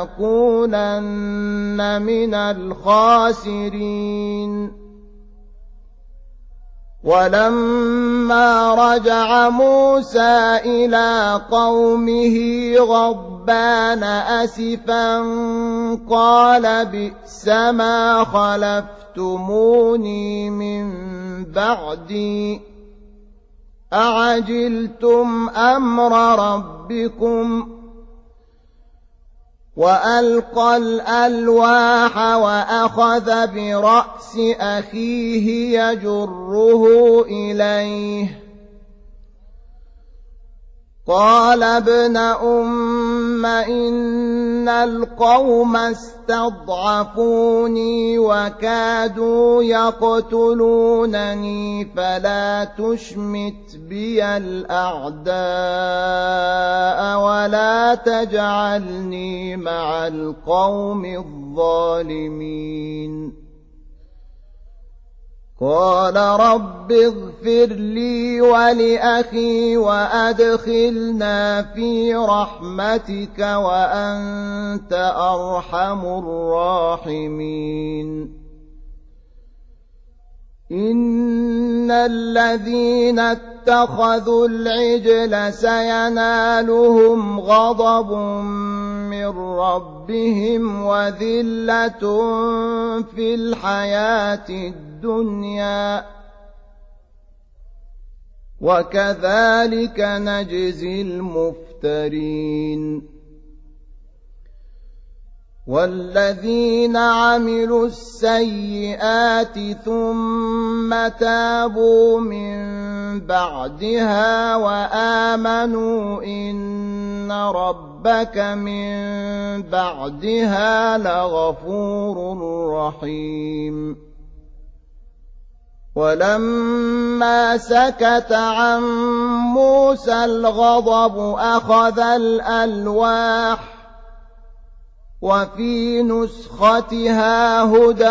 لنكونن من الخاسرين. ولما رجع موسى إلى قومه غضبان أسفا قال بئس ما خلفتموني من بعدي أعجلتم أمر ربكم. وألقى الألواح وأخذ برأس أخيه يجره إليه قال ابن أم إن القوم استضعفوني وكادوا يقتلونني فلا تشمت بي الأعداء ولا تجعلني مع القوم الظالمين. قال رب اغفر لي ولأخي وأدخلنا في رحمتك وأنت أرحم الراحمين. إن الذين اتخذوا العجل سينالهم غضب من ربهم وذلة في الحياة الدنيا وكذلك نجزي المفترين. والذين عملوا السيئات ثم تابوا من بعدها وآمنوا إن ربك من بعدها لغفور رحيم ولما سكت عن موسى الغضب أخذ الألواح وفي نسختها هدى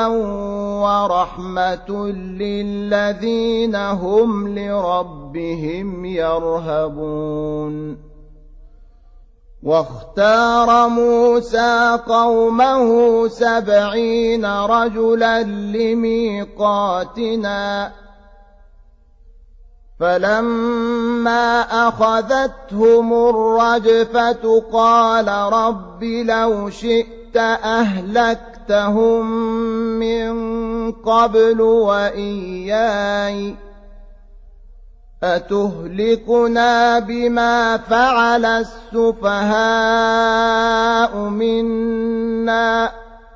ورحمة للذين هم لربهم يرهبون واختار موسى قومه سبعين رجلا لميقاتنا فلما أخذتهم الرجفة قال رب لو شئت أهلكتهم من قبل وإياي أتهلكنا بما فعل السفهاء منا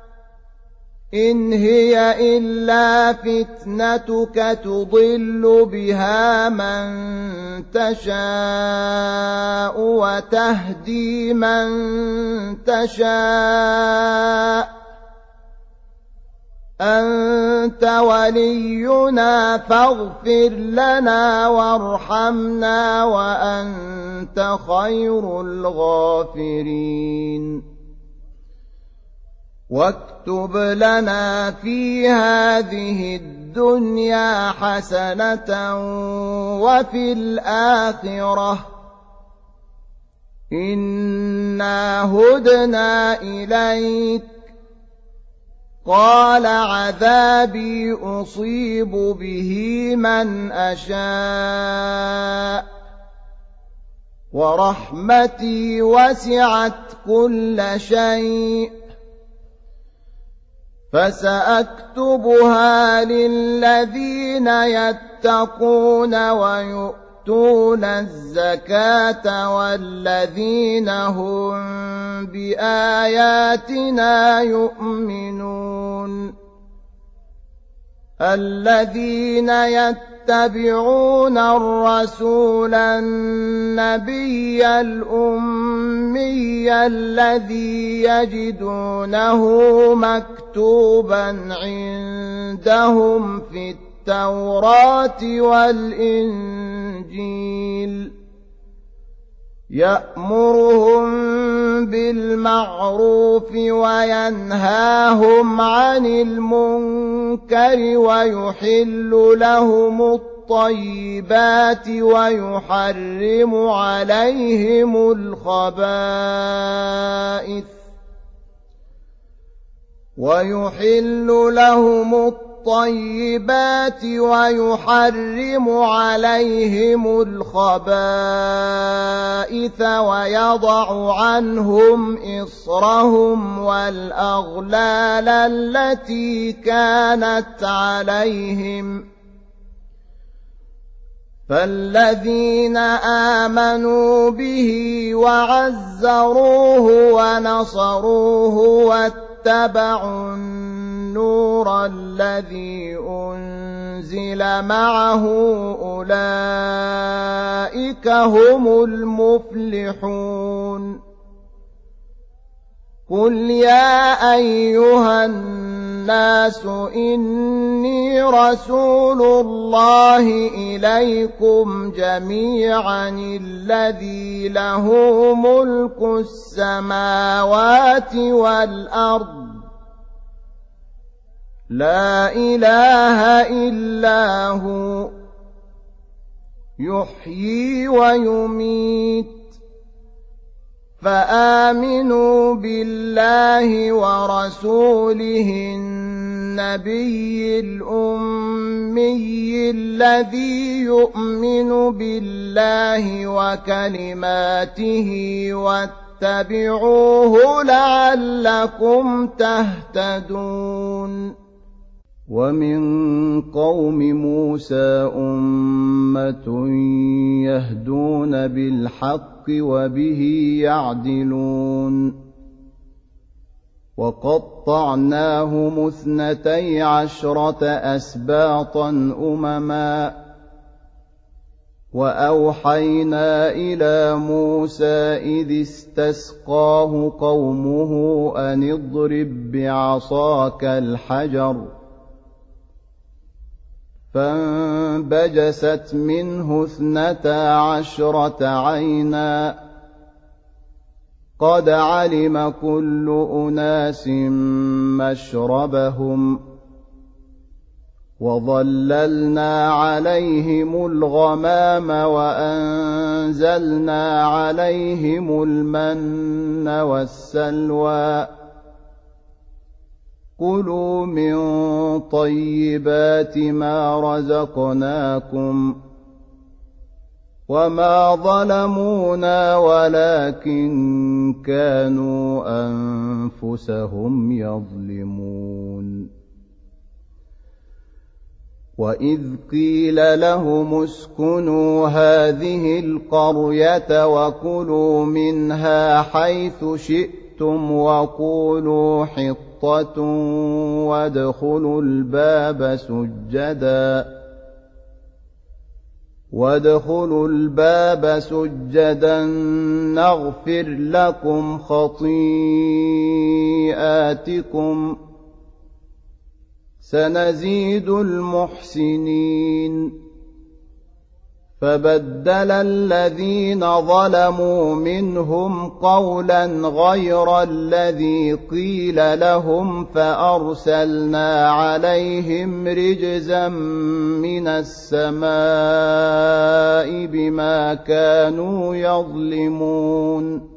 إن هي إلا فتنتك تضل بها من تشاء وتهدي من تشاء أنت ولينا فاغفر لنا وارحمنا وأنت خير الغافرين واكتب لنا في هذه الدنيا حسنة وفي الآخرة إنا هدنا إليك قال عذابي أصيب به من أشاء ورحمتي وسعت كل شيء فسأكتبها للذين يتقون ويؤتون الزكاة والذين هم بآياتنا يؤمنون الذين يتبعون الرسول النبي الأمي الذي يجدونه مكتوبا عندهم في التوراة والإنجيل يأمرهم بالمعروف وينهاهم عن المنكر ويحل لهم الطيبات ويحرم عليهم الخبائث ويحل لهم الطيبات ويحرم عليهم الخبائث ويضع عنهم إصرهم والأغلال التي كانت عليهم فالذين آمنوا به وعزروه ونصروه واتبعوا النور الذي أنزل معه أولئك هم المفلحون قل يا أيها الناس إني رسول الله إليكم جميعا الذي له ملك السماوات والأرض لا إله إلا هو يحيي ويميت فآمنوا بالله ورسوله النبي الأمي الذي يؤمن بالله وكلماته واتبعوه لعلكم تهتدون ومن قوم موسى أمة يهدون بالحق وبه يعدلون وقطعناهم اثنتي عشرة أسباطا أمما وأوحينا إلى موسى إذ استسقاه قومه أن اضرب بعصاك الحجر فانبجست منه اثنتا عشرة عينا قد علم كل أناس مشربهم وظللنا عليهم الغمام وأنزلنا عليهم المن والسلوى كلوا من طيبات ما رزقناكم وما ظلمونا ولكن كانوا أنفسهم يظلمون وإذ قيل لهم اسكنوا هذه القرية وكلوا منها حيث شئتم وقولوا حطة وادخلوا الباب سجدا وادخلوا الباب سجدا نغفر لكم خطيئاتكم سنزيد المحسنين فبدل الذين ظلموا منهم قولا غير الذي قيل لهم فأرسلنا عليهم رجزا من السماء بما كانوا يظلمون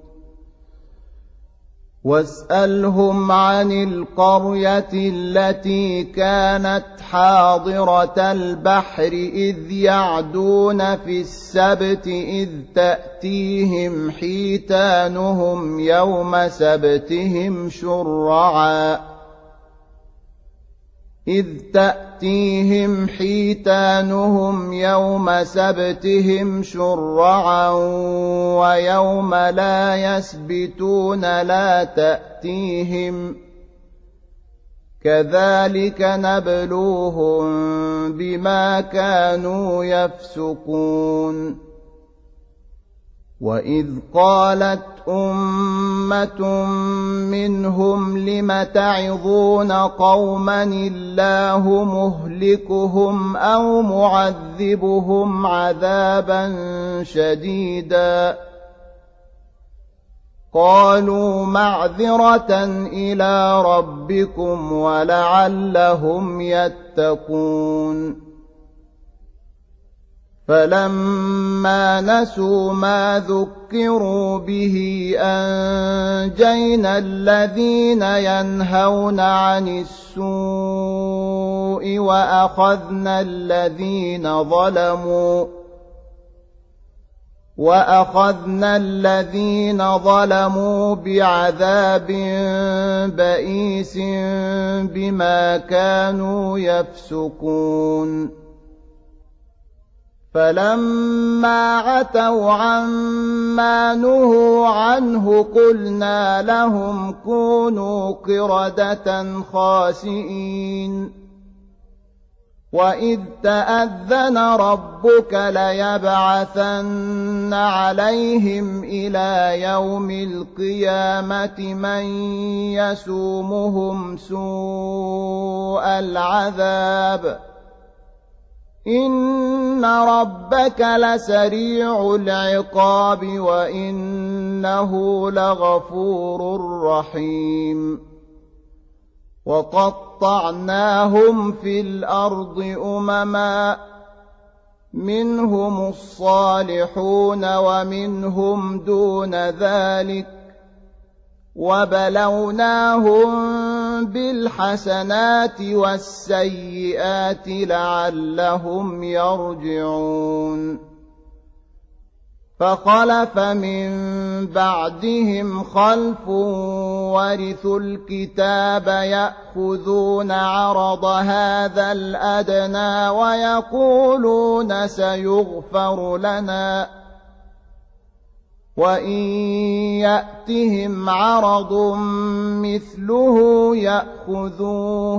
واسألهم عن القرية التي كانت حاضرة البحر إذ يعدون في السبت إذ تأتيهم حيتانهم يوم سبتهم شرعا إذ تأتيهم حيتانهم يوم سبتهم شرعا ويوم لا يسبتون لا تأتيهم كذلك نبلوهم بما كانوا يفسقون وإذ قالت أمة منهم لم تعظون قوما الله مهلكهم أو معذبهم عذابا شديدا قالوا معذرة إلى ربكم ولعلهم يتقون فلما نسوا ما ذكروا به أنجينا الذين ينهون عن السوء وأخذنا الذين ظلموا وأخذنا الذين ظلموا بعذاب بئيس بما كانوا يفسقون فلما عتوا عما نهوا عنه قلنا لهم كونوا قردة خاسئين وإذ تأذن ربك ليبعثن عليهم إلى يوم القيامة من يسومهم سوء العذاب إن ربك لسريع العقاب وإنه لغفور رحيم وقطعناهم في الأرض أمما منهم الصالحون ومنهم دون ذلك وبلوناهم بالحسنات والسيئات لعلهم يرجعون فخلف من بعدهم خلف ورثوا الكتاب يأخذون عرض هذا الأدنى ويقولون سيغفر لنا وإن يأتهم عرض مثله يأخذوه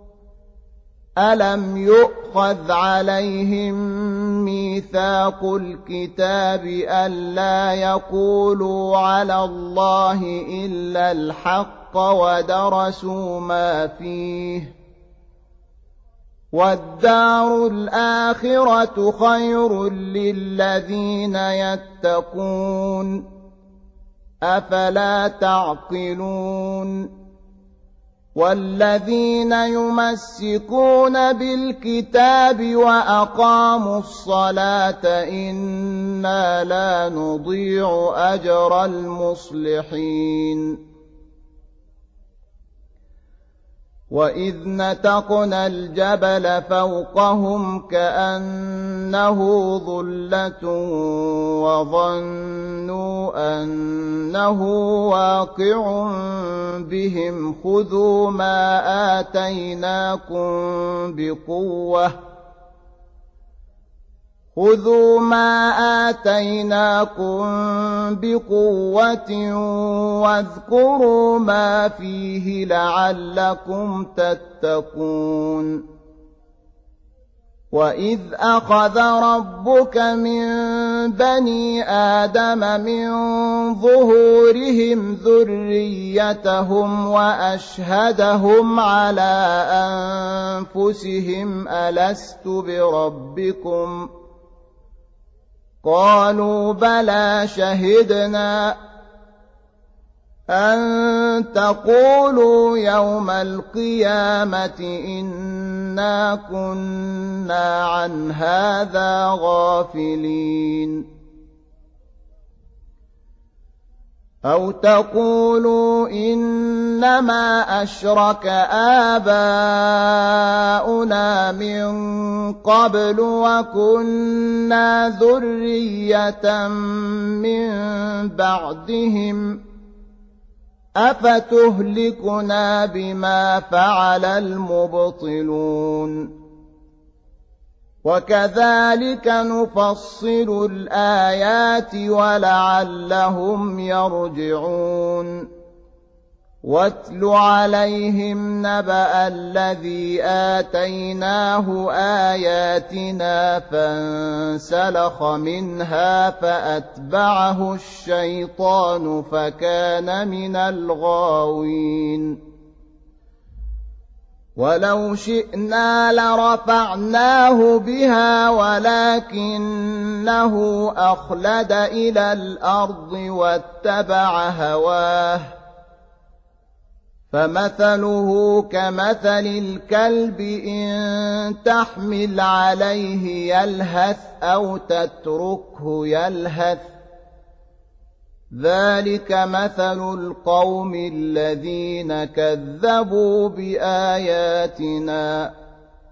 ألم يؤخذ عليهم ميثاق الكتاب ألا يقولوا على الله إلا الحق ودرسوا ما فيه والدار الآخرة خير للذين يتقون أفلا تعقلون والذين يمسكون بالكتاب وأقاموا الصلاة إنا لا نضيع أجر المصلحين وإذ نتقنا الجبل فوقهم كأنه ظلة وظنوا أنه واقع بهم خذوا ما آتيناكم بقوة خذوا ما آتيناكم بقوة واذكروا ما فيه لعلكم تتقون وإذ أخذ ربك من بني آدم من ظهورهم ذريتهم وأشهدهم على أنفسهم ألست بربكم قالوا بلى شهدنا أن تقولوا يوم القيامة إنا كنا عن هذا غافلين أو تقولوا إنما أشرك آباؤنا من قبل وكنا ذرية من بعدهم أفتهلكنا بما فعل المبطلون وكذلك نفصل الآيات ولعلهم يرجعون واتل عليهم نبأ الذي آتيناه آياتنا فانسلخ منها فأتبعه الشيطان فكان من الغاوين ولو شئنا لرفعناه بها ولكنه أخلد إلى الأرض واتبع هواه فمثله كمثل الكلب إن تحمل عليه يلهث أو تتركه يلهث ذلك مثل القوم الذين كذبوا بآياتنا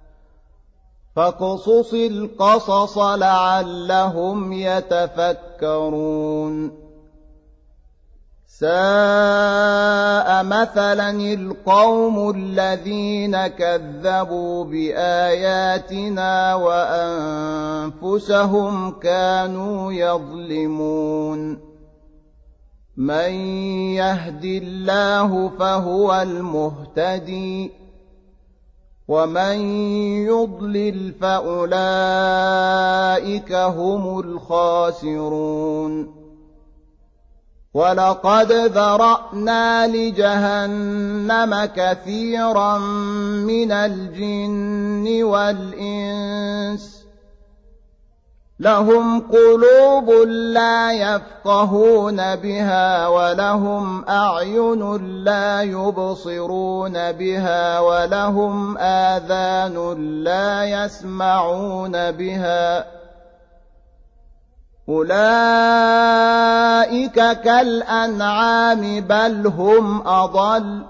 فاقصص القصص لعلهم يتفكرون ساء مثلا القوم الذين كذبوا بآياتنا وأنفسهم كانوا يظلمون من يهد الله فهو المهتدي ومن يضلل فأولئك هم الخاسرون ولقد ذرأنا لجهنم كثيرا من الجن والإنس لهم قلوب لا يفقهون بها ولهم أعين لا يبصرون بها ولهم آذان لا يسمعون بها أولئك كالأنعام بل هم أضل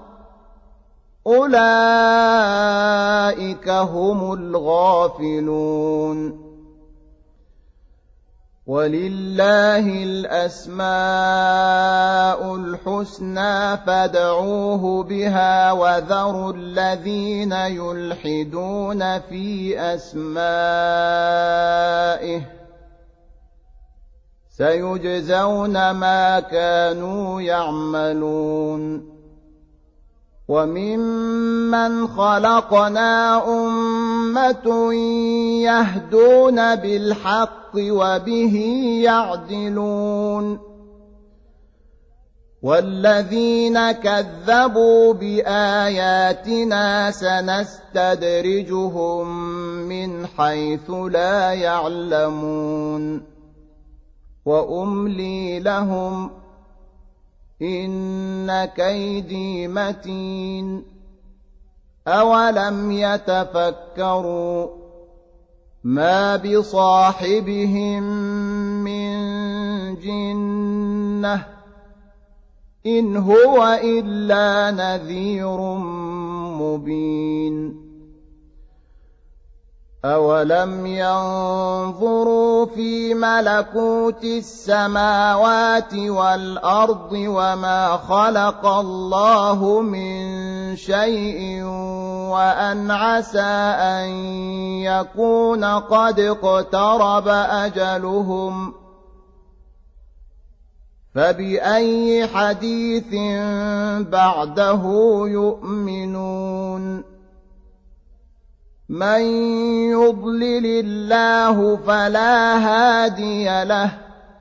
أولئك هم الغافلون ولله الأسماء الحسنى فادعوه بها وذروا الذين يلحدون في أسمائه سيجزون ما كانوا يعملون وممن خلقنا أمة يهدون بالحق وبه يعدلون والذين كذبوا بآياتنا سنستدرجهم من حيث لا يعلمون وأملي لهم إن كيدي متين أولم يتفكروا ما بصاحبهم من جنة إن هو إلا نذير مبين أولم ينظروا في ملكوت السماوات والأرض وما خلق الله من شيء وأن عسى أن يكون قد اقترب أجلهم فبأي حديث بعده يؤمنون من يضلل الله فلا هادي له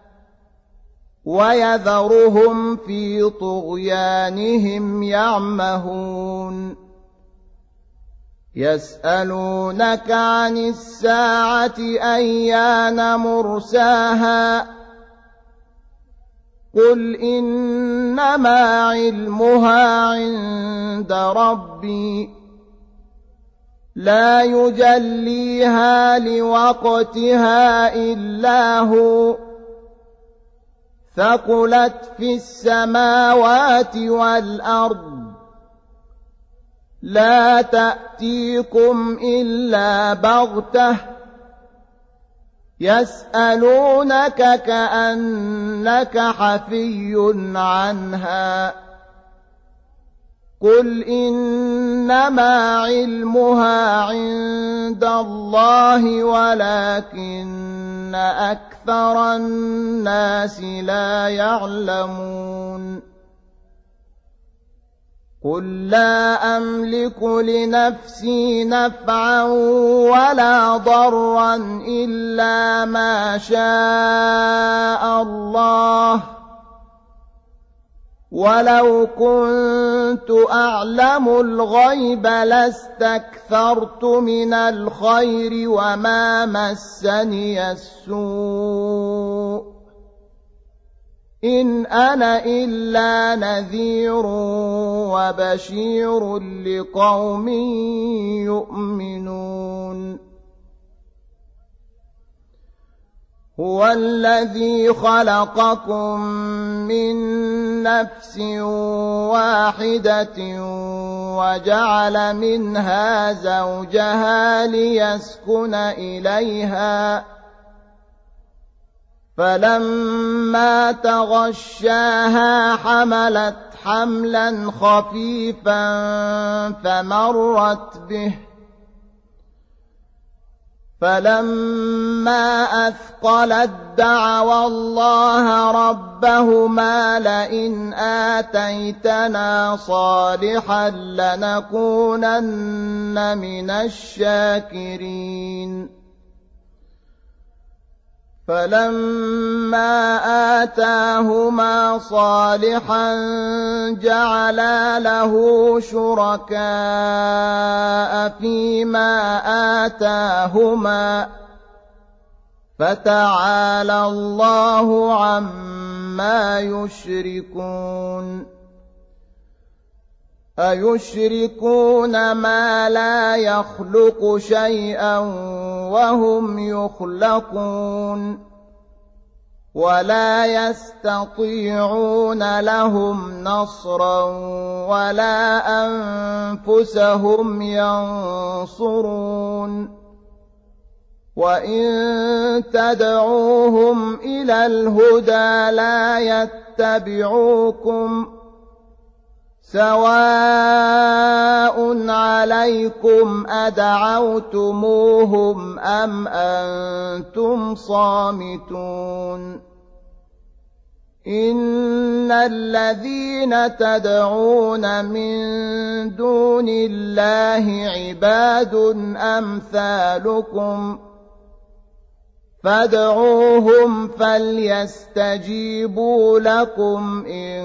ويذرهم في طغيانهم يعمهون يسألونك عن الساعة أيان مرساها قل إنما علمها عند ربي لا يجليها لوقتها إلا هو ثقلت في السماوات والأرض لا تأتيكم إلا بغتة يسألونك كأنك حفي عنها قل إنما علمها عند الله ولكن أكثر الناس لا يعلمون قل لا أملك لنفسي نفعا ولا ضرا إلا ما شاء الله ولو كنت أعلم الغيب لاستكثرت من الخير وما مسني السوء إن أنا إلا نذير وبشير لقوم يؤمنون هو الذي خلقكم من نفس واحدة وجعل منها زوجها ليسكن إليها فلما تغشاها حملت حملا خفيفا فمرت به فلما أثقلت دعوا الله ربهما لئن آتيتنا صالحا لنكونن من الشاكرين فلما آتاهما صالحا جعلا له شركاء فيما آتاهما فتعالى الله عما يشركون أيشركون ما لا يخلق شيئا وهم يخلقون ولا يستطيعون لهم نصرا ولا أنفسهم ينصرون وإن تدعوهم إلى الهدى لا يتبعوكم سواء عليكم أدعوتموهم أم أنتم صامتون إن الذين تدعون من دون الله عباد أمثالكم فادعوهم فليستجيبوا لكم إن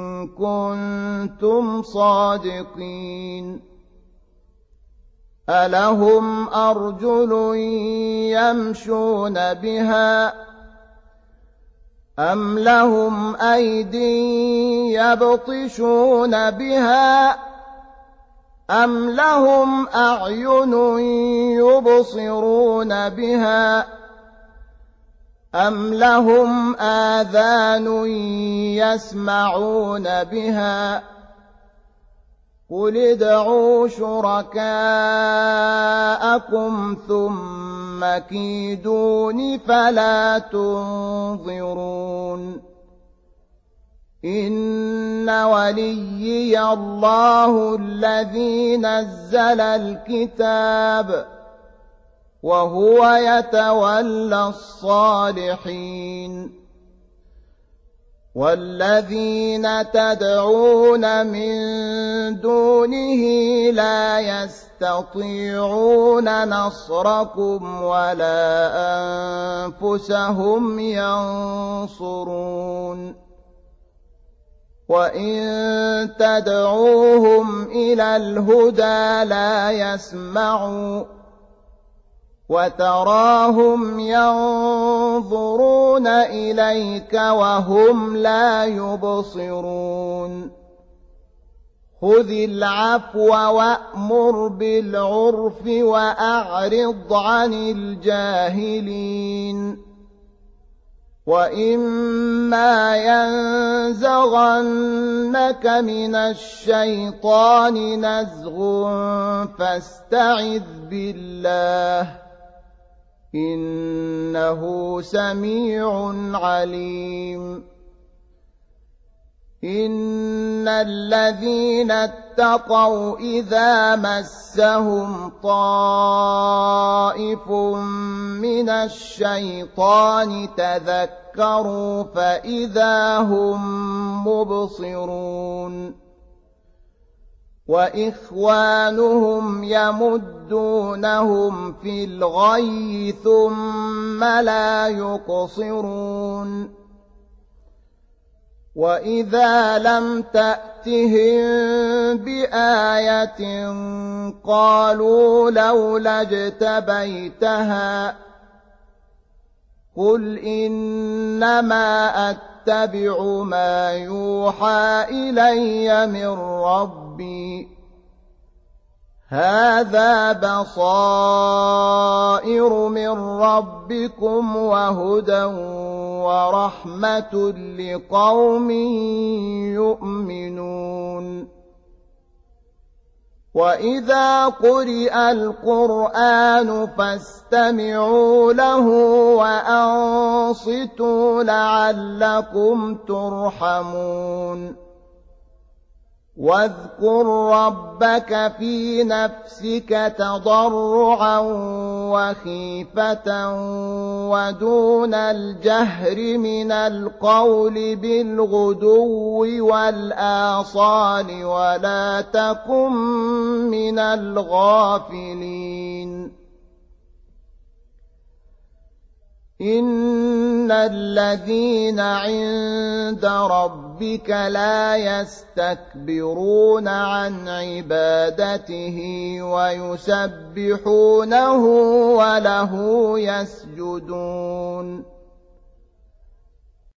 كنتم صادقين ألهم أرجل يمشون بها أم لهم أيد يبطشون بها أم لهم أعين يبصرون بها أم لهم آذان يسمعون بها قل ادعوا شركاءكم ثم كيدون فلا تنظرون إن وليي الله الذي نزل الكتاب وهو يتولى الصالحين والذين تدعون من دونه لا يستطيعون نصركم ولا أنفسهم ينصرون وإن تدعوهم إلى الهدى لا يسمعوا وتراهم ينظرون إليك وهم لا يبصرون خذ العفو وأمر بالعرف وأعرض عن الجاهلين وإما ينزغنك من الشيطان نزغ فاستعذ بالله إنه سميع عليم إن الذين اتقوا إذا مسهم طائف من الشيطان تذكروا فإذا هم مبصرون وإخوانهم يمدونهم في الغي ثم لا يقصرون وإذا لم تأتهم بآية قالوا لولا اجتبيتها قل إنما أتبع ما يوحى إلي من ربي هذا بصائر من ربكم وهدى ورحمة لقوم يؤمنون وإذا قرئ القرآن فاستمعوا له وأنصتوا لعلكم ترحمون واذكر ربك في نفسك تضرعا وخيفة ودون الجهر من القول بالغدو والآصال ولا تكن من الغافلين إن الذين عند ربك لا يستكبرون عن عبادته ويسبحونه وله يسجدون